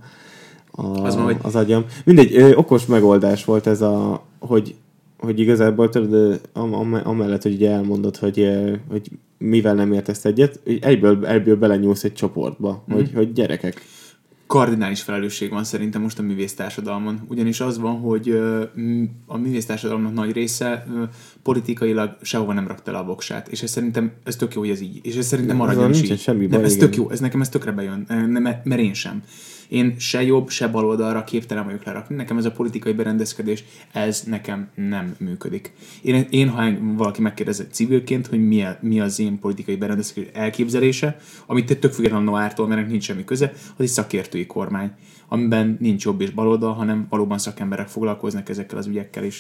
az agyam. Mindegy, okos megoldás volt ez hogy igazából tudod, amellett, hogy ugye elmondod, hogy mivel nem értesz egyet, egyből belenyúlsz egy csoportba, hogy gyerekek. Kardinális felelősség van szerintem most a művésztársadalmon. Ugyanis az van, hogy a művésztársadalomnak nagy része politikailag sehova nem rakta le a voksát. És szerintem ez tök jó, hogy ez így. És ez szerintem maradjon is így. Semmi baj, ez tök jó, nekem ez tökre bejön, mert én sem. Én se jobb, se baloldalra képtelen vagyok lerakni. Nekem ez a politikai berendezkedés, ez nekem nem működik. Én ha valaki megkérdez civilként, hogy mi az én politikai berendezkedés elképzelése, amit tök független a Noártól, mert nincs semmi köze, az egy szakértői kormány, amiben nincs jobb és baloldal, hanem valóban szakemberek foglalkoznak ezekkel az ügyekkel, és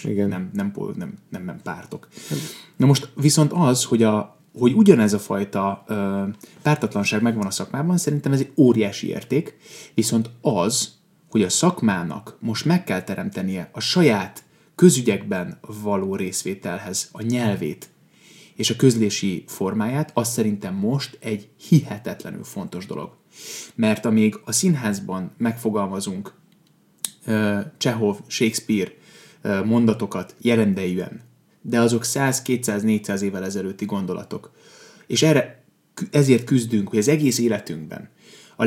nem pártok. Na most viszont az, hogy ugyanez a fajta pártatlanság megvan a szakmában, szerintem ez egy óriási érték, viszont az, hogy a szakmának most meg kell teremtenie a saját közügyekben való részvételhez a nyelvét és a közlési formáját, az szerintem most egy hihetetlenül fontos dolog. Mert amíg a színházban megfogalmazunk Csehov, Shakespeare mondatokat jelendejűen, de azok 100, 200, 400 évvel ezelőtti gondolatok. És ezért küzdünk, hogy az egész életünkben a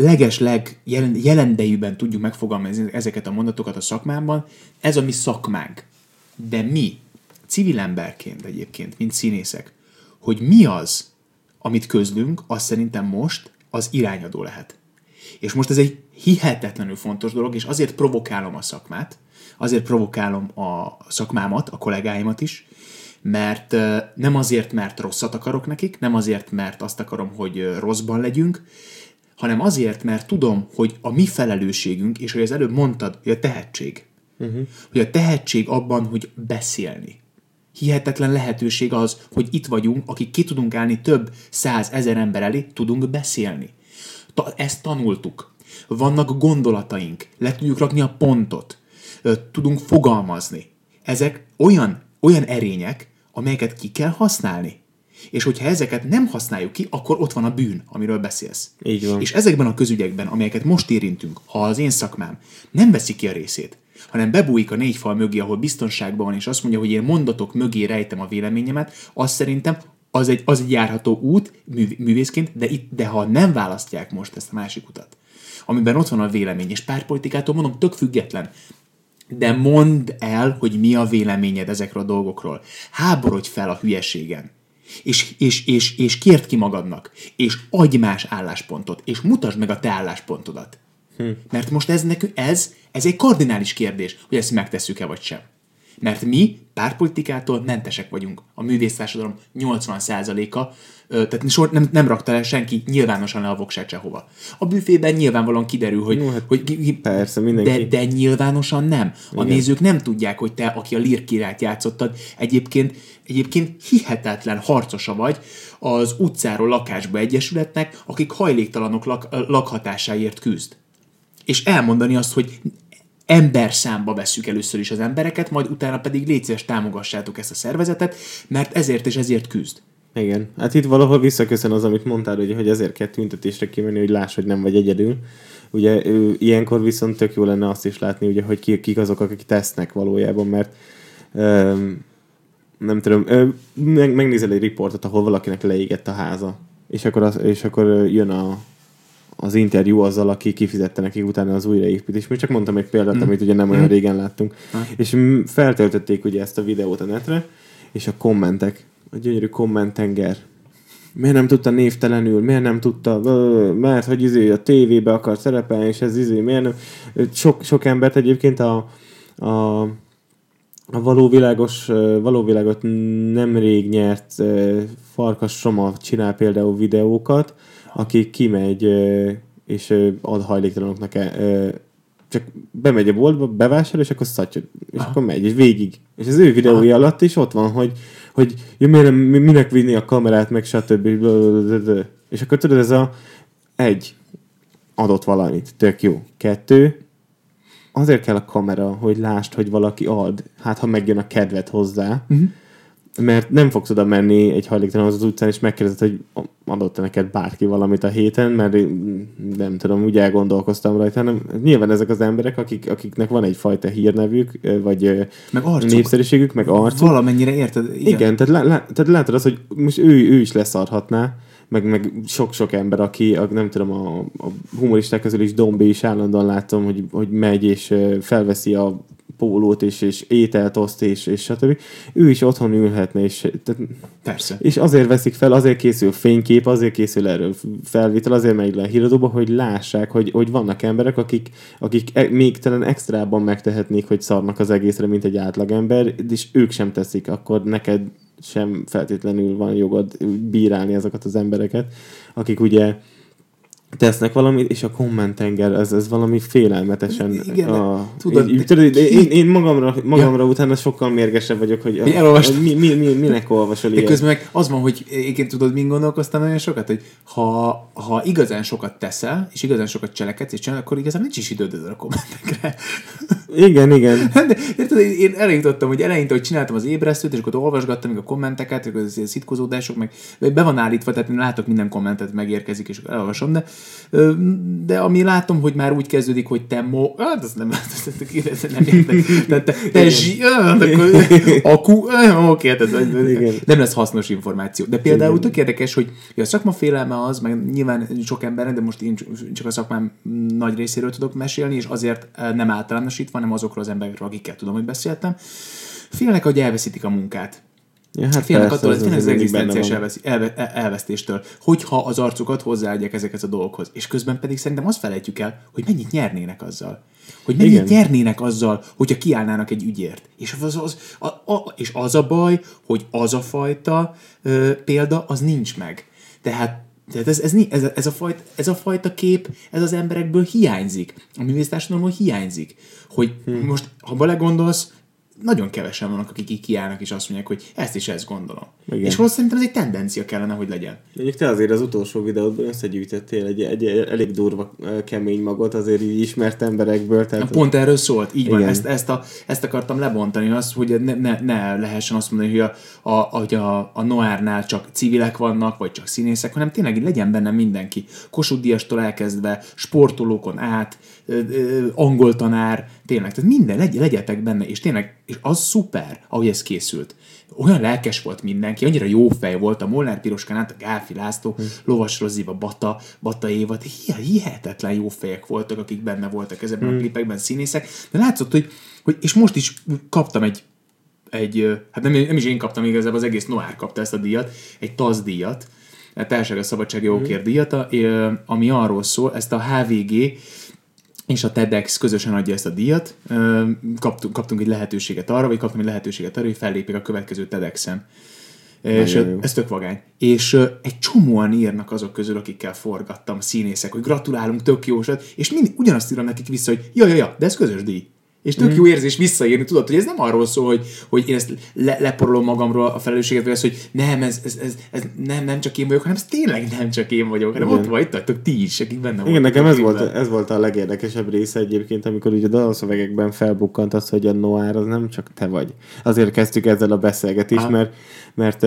jelendejűben tudjuk megfogalmazni ezeket a mondatokat a szakmában, ez a mi szakmánk. De mi, civil emberként egyébként, mint színészek, hogy mi az, amit közlünk, az szerintem most az irányadó lehet. És most ez egy hihetetlenül fontos dolog, és azért provokálom a szakmát, azért provokálom a szakmámat, a kollégáimat is, mert nem azért, mert rosszat akarok nekik, nem azért, mert azt akarom, hogy rosszban legyünk, hanem azért, mert tudom, hogy a mi felelősségünk, és hogy az előbb mondtad, hogy a tehetség. Hogy a tehetség abban, hogy beszélni. Hihetetlen lehetőség az, hogy itt vagyunk, akik ki tudunk állni több 100 000 ember elé, tudunk beszélni. Ezt tanultuk. Vannak gondolataink, le tudjuk rakni a pontot, tudunk fogalmazni. Ezek olyan erények, amelyeket ki kell használni. És hogyha ezeket nem használjuk ki, akkor ott van a bűn, amiről beszélsz. Így van. És ezekben a közügyekben, amelyeket most érintünk, ha az én szakmám nem veszi ki a részét, hanem bebújik a 4 fal mögé, ahol biztonságban van, és azt mondja, hogy én mondatok mögé rejtem a véleményemet, azt szerintem az egy járható út művészként, de ha nem választják most ezt a másik utat, amiben ott van a vélemény, és pártpolitikától mondom, tök független, de mondd el, hogy mi a véleményed ezekről a dolgokról. Háborodj fel a hülyeségen. És kérd ki magadnak, és adj más álláspontot, és mutasd meg a te álláspontodat. Mert most ez egy kardinális kérdés, hogy ezt megtesszük-e vagy sem. Mert mi pártpolitikától mentesek vagyunk. A művésztársadalom 80%-a, tehát nem rakta el senki nyilvánosan le a vokság sehova. A büfében nyilvánvalóan kiderül, hogy persze, mindenki. De nyilvánosan nem. A nézők nem tudják, hogy te, aki a Lír királyt játszottad, egyébként hihetetlen harcosa vagy az utcáról lakásba egyesületnek, akik hajléktalanok lakhatásáért küzd. És elmondani azt, hogy emberszámba vesszük először is az embereket, majd utána pedig légy szíves, támogassátok ezt a szervezetet, mert ezért és ezért küzd. Igen. Hát itt valahol visszaköszön az, amit mondtál, hogy ezért kell tüntetésre kimenni, hogy láss, hogy nem vagy egyedül. Ugye ilyenkor viszont tök jó lenne azt is látni, ugye, hogy kik azok, akik tesznek valójában, mert nem tudom, megnézel egy riportot, ahol valakinek leégett a háza, és akkor jön az interjú azzal, aki kifizette nekik utána az újraépítést. Még csak mondtam egy példát, amit ugye nem olyan régen láttunk. És feltöltötték ugye ezt a videót a netre, és a kommentek, a gyönyörű kommenttenger. Miért nem tudta névtelenül? Miért nem tudta? Mert hogy a tévébe akar szerepelni, és ez miért nem? Sok embert egyébként a valóvilágot nemrég nyert Farkas Soma csinál például videókat, aki kimegy és ad hajléktalanoknak csak bemegy a boltba, bevásárol, és akkor szattyod, és akkor megy, és végig. És az ő videója alatt is ott van, hogy minek vinni a kamerát, meg stb. És akkor tudod, ez egy, adott valamit, tök jó. 2, azért kell a kamera, hogy lásd, hogy valaki ad, hát ha megjön a kedved hozzá, mert nem fogsz oda menni egy hajléktalanhoz az utcán, és megkérdezed, hogy adott neked bárki valamit a héten, mert nem tudom, úgy elgondolkoztam rajta, hanem nyilván ezek az emberek, akiknek van egyfajta hírnevük, vagy meg arcuk. népszerűségük, meg arcuk. Valamennyire érted? Igen, tehát látod azt, hogy most ő is leszarhatná, meg sok-sok ember, aki nem tudom, a humoristák közül is Dombi is állandóan látom, hogy megy és felveszi a pólót és ételt oszt, és stb. Ő is otthon ülhetne, Persze. És azért veszik fel, azért készül fénykép, azért készül erről felvétel, azért megy le a híradóba, hogy lássák, hogy vannak emberek, akik még talán extrában megtehetnék, hogy szarnak az egészre, mint egy átlagember, és ők sem teszik, akkor neked sem feltétlenül van jogod bírálni azokat az embereket, akik ugye tesznek valamit, és a kommentenger, ez valami félelmetesen... Igen, tudod... Én magamra utána sokkal mérgesebb vagyok, hogy minek olvasol ilyet. Közben meg az van, hogy én tudod, min gondolkoztam nagyon sokat, hogy ha igazán sokat teszel, és igazán sokat cselekedsz, és csinál, akkor igazán nincs is időd a kommentekre. Igen. De érted, én eljutottam, hogy eleinte, hogy csináltam az ébresztőt, és akkor olvasgattam még a kommenteket, és az szitkozódások, meg be van állítva, tehát én látok minden kommentet, megérkezik, és elolvasom, de ami látom, hogy már úgy kezdődik, hogy te az nem oké, nem lesz hasznos információ. De például tök érdekes, hogy a szakma félelme az, meg nyilván sok embernek, de most én csak a szakmám nagy részéről tudok mesélni, és azért nem általánosítva, hanem azokról az emberekről, akikkel tudom, hogy beszéltem. Félnek, hogy elveszítik a munkát. Ja, hát félnek attól, hogy az egzisztenciás elvesztéstől, hogyha az arcukat hozzáadják ezekhez a dolgokhoz. És közben pedig szerintem azt felejtjük el, hogy mennyit nyernének azzal. Hogy mennyit nyernének azzal, hogyha kiállnának egy ügyért. És az a baj, hogy az a fajta példa, az nincs meg. Tehát ez a fajta kép, ez az emberekből hiányzik. A művésztársadalomból hiányzik. Hogy most, ha belegondolsz, nagyon kevesen vannak, akik így kiállnak, és azt mondják, hogy ezt is ezt gondolom. Igen. És most szerintem ez egy tendencia kellene, hogy legyen. Mondjuk te azért az utolsó videódban összegyűjtettél egy elég durva kemény magot, azért így ismert emberekből. Tehát pont erről szólt, így igen. Van. Ezt akartam lebontani, azt, hogy ne lehessen azt mondani, hogy a Noárnál csak civilek vannak, vagy csak színészek, hanem tényleg legyen benne mindenki. Kossuth Díjastól elkezdve, sportolókon át, angol tanár, tényleg, tehát minden, legyetek benne, és tényleg, és az szuper, ahogy ez készült. Olyan lelkes volt mindenki, annyira jó fej volt, a Molnár Piroskán át, a Gálfi László, Lovas Roziba, Bata Éva, hihetetlen jó fejek voltak, akik benne voltak ezekben a klipekben, színészek, de látszott, hogy és most is kaptam hát nem is én kaptam igazából, az egész Noár kapta ezt a díjat, egy TASZ díjat, a Társaság a Szabadságjogokért díjat, ami arról szól, ezt a HVG és a TEDx közösen adja ezt a díjat. Kaptunk egy lehetőséget arra, hogy fellépjék a következő TEDx-en. És ez tök vagány. És egy csomóan írnak azok közül, akikkel forgattam, színészek, hogy gratulálunk, tök jó, és mindig ugyanazt írom nekik vissza, hogy ja, de ez közös díj. És tök jó érzés visszaírni, tudod, hogy ez nem arról szól, hogy én ezt leporolom magamról a felelősséget, vagy az, hogy nem, nem csak én vagyok, hanem ez tényleg nem csak én vagyok, hanem ott vagytok ti is, akik benne voltak. Igen, nekem ez volt a legérdekesebb része egyébként, amikor ugye a dalszövegekben felbukkant az, hogy a Noár az nem csak te vagy. Azért kezdtük ezzel a beszélgetést, mert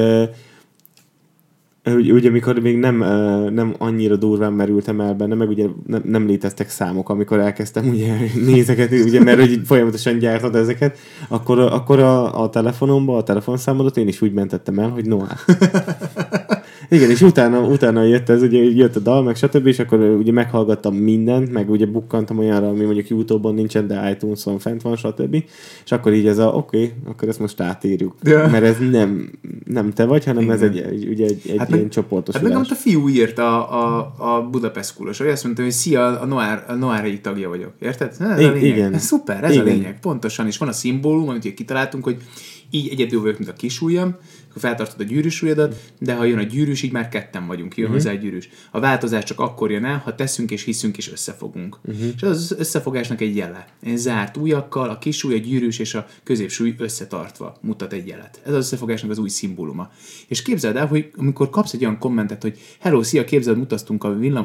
ugye amikor még nem annyira durván merültem el benne, meg ugye nem léteztek számok, amikor elkezdtem ugye nézegetni, ugye, mert hogy folyamatosan gyártod ezeket, akkor a telefonomba, a telefonszámodat én is úgy mentettem el, hogy Noár. Igen, és utána jött ez, ugye jött a dal, meg stb., és akkor ugye meghallgattam mindent, meg ugye bukkantam olyanra, ami mondjuk YouTube-on nincsen, de iTunes-on fent van, stb. És akkor így ez oké, akkor ezt most átírjuk. Ja. Mert ez nem te vagy, hanem igen. Ez egy ilyen csoportosulás. Hát meg amit a fiú írt a Budapest School-os, hogy azt mondta, hogy szia, a Noár egyik tagja vagyok. Érted? Igen. Ez szuper, ez igen. A lényeg. Pontosan, és van a szimbólum, amit kitaláltunk, hogy így egyedül vagyok, mint a kisujjam, akkor feltartod a gyűrűs ujjadat, de ha jön a gyűrűs, így már ketten vagyunk, jön hozzá egy gyűrűs. A változás csak akkor jön el, ha teszünk és hiszünk és összefogunk. És az összefogásnak egy jele. Egy zárt ujjakkal, a kisúly, a gyűrűs és a középsúly összetartva mutat egy jelet. Ez az összefogásnak az új szimbóluma. És képzeld el, hogy amikor kapsz egy olyan kommentet, hogy hello, szia, képzeld, utaztam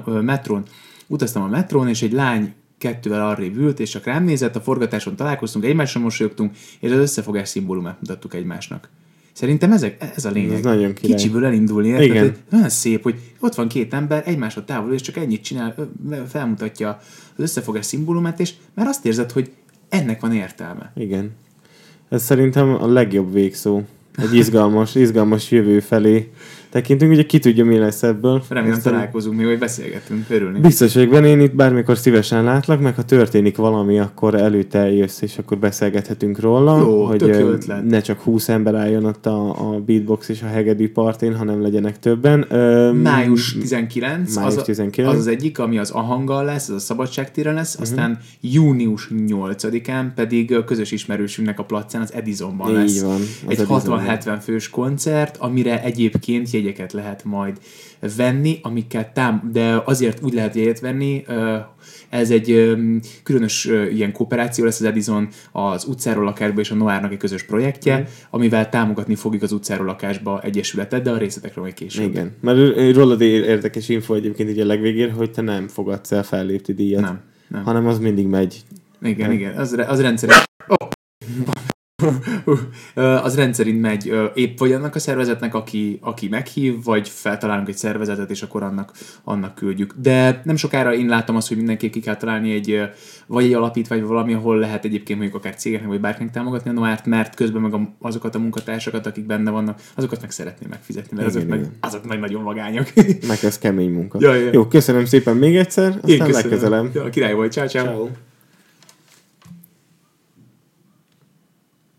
a metrón, és egy lány kettővel arrébb ült, és csak rám nézett, a forgatáson találkoztunk, egymásra mosolyogtunk, és az összefogás szimbólumát mutattuk egymásnak. Szerintem ez a lényeg. Ez nagyon király. Kicsiből elindulni, érted? Olyan szép, hogy ott van két ember, egymásra távol, és csak ennyit csinál, felmutatja az összefogás szimbólumát, és már azt érzed, hogy ennek van értelme. Igen. Ez szerintem a legjobb végszó. egy izgalmas jövő felé tekintünk, ugye ki tudja, mi lesz ebből. Remélem találkozunk még, hogy beszélgetünk, örülnék. Biztos vagyok benne, én itt bármikor szívesen látlak, meg ha történik valami, akkor előtte jössz, és akkor beszélgethetünk róla, Jó, hogy ne csak 20 ember álljon ott a beatbox és a hegedű partén, hanem legyenek többen. Május 19, Május 19. Az egyik, ami az Ahanggal lesz, az a Szabadságtéren lesz, aztán június 8-án pedig közös ismerősünknek a placán, az Edisonban lesz. Így van, egy 60-70 fős koncert, amire egyébként jegyeket lehet majd venni, amikkel de azért úgy lehet jegyet venni, ez egy különös ilyen kooperáció lesz az Edison az Utcáról lakásba és a Noárnak egy közös projektje, amivel támogatni fogjuk az Utcáról lakásba egyesületet, de a részletekről majd később. Igen, mert rólad érdekes info egyébként így a legvégén, hogy te nem fogadsz el fellépti díjat, nem. hanem az mindig megy. Igen, az rendszerint... az rendszerint megy, épp vagy annak a szervezetnek, aki meghív, vagy feltalálunk egy szervezetet, és akkor annak küldjük. De nem sokára én láttam azt, hogy mindenképp ki kell találni vagy egy alapítvány, vagy valami, ahol lehet egyébként mondjuk akár cégeknek, vagy bárkinek támogatni a Noárt, mert közben meg azokat a munkatársakat, akik benne vannak, azokat meg szeretném megfizetni, mert azok meg nagyon vagányok. Meg ez kemény munka. Ja. Jó, köszönöm szépen még egyszer, aztán legközelebb. Ja, király volt, ciao.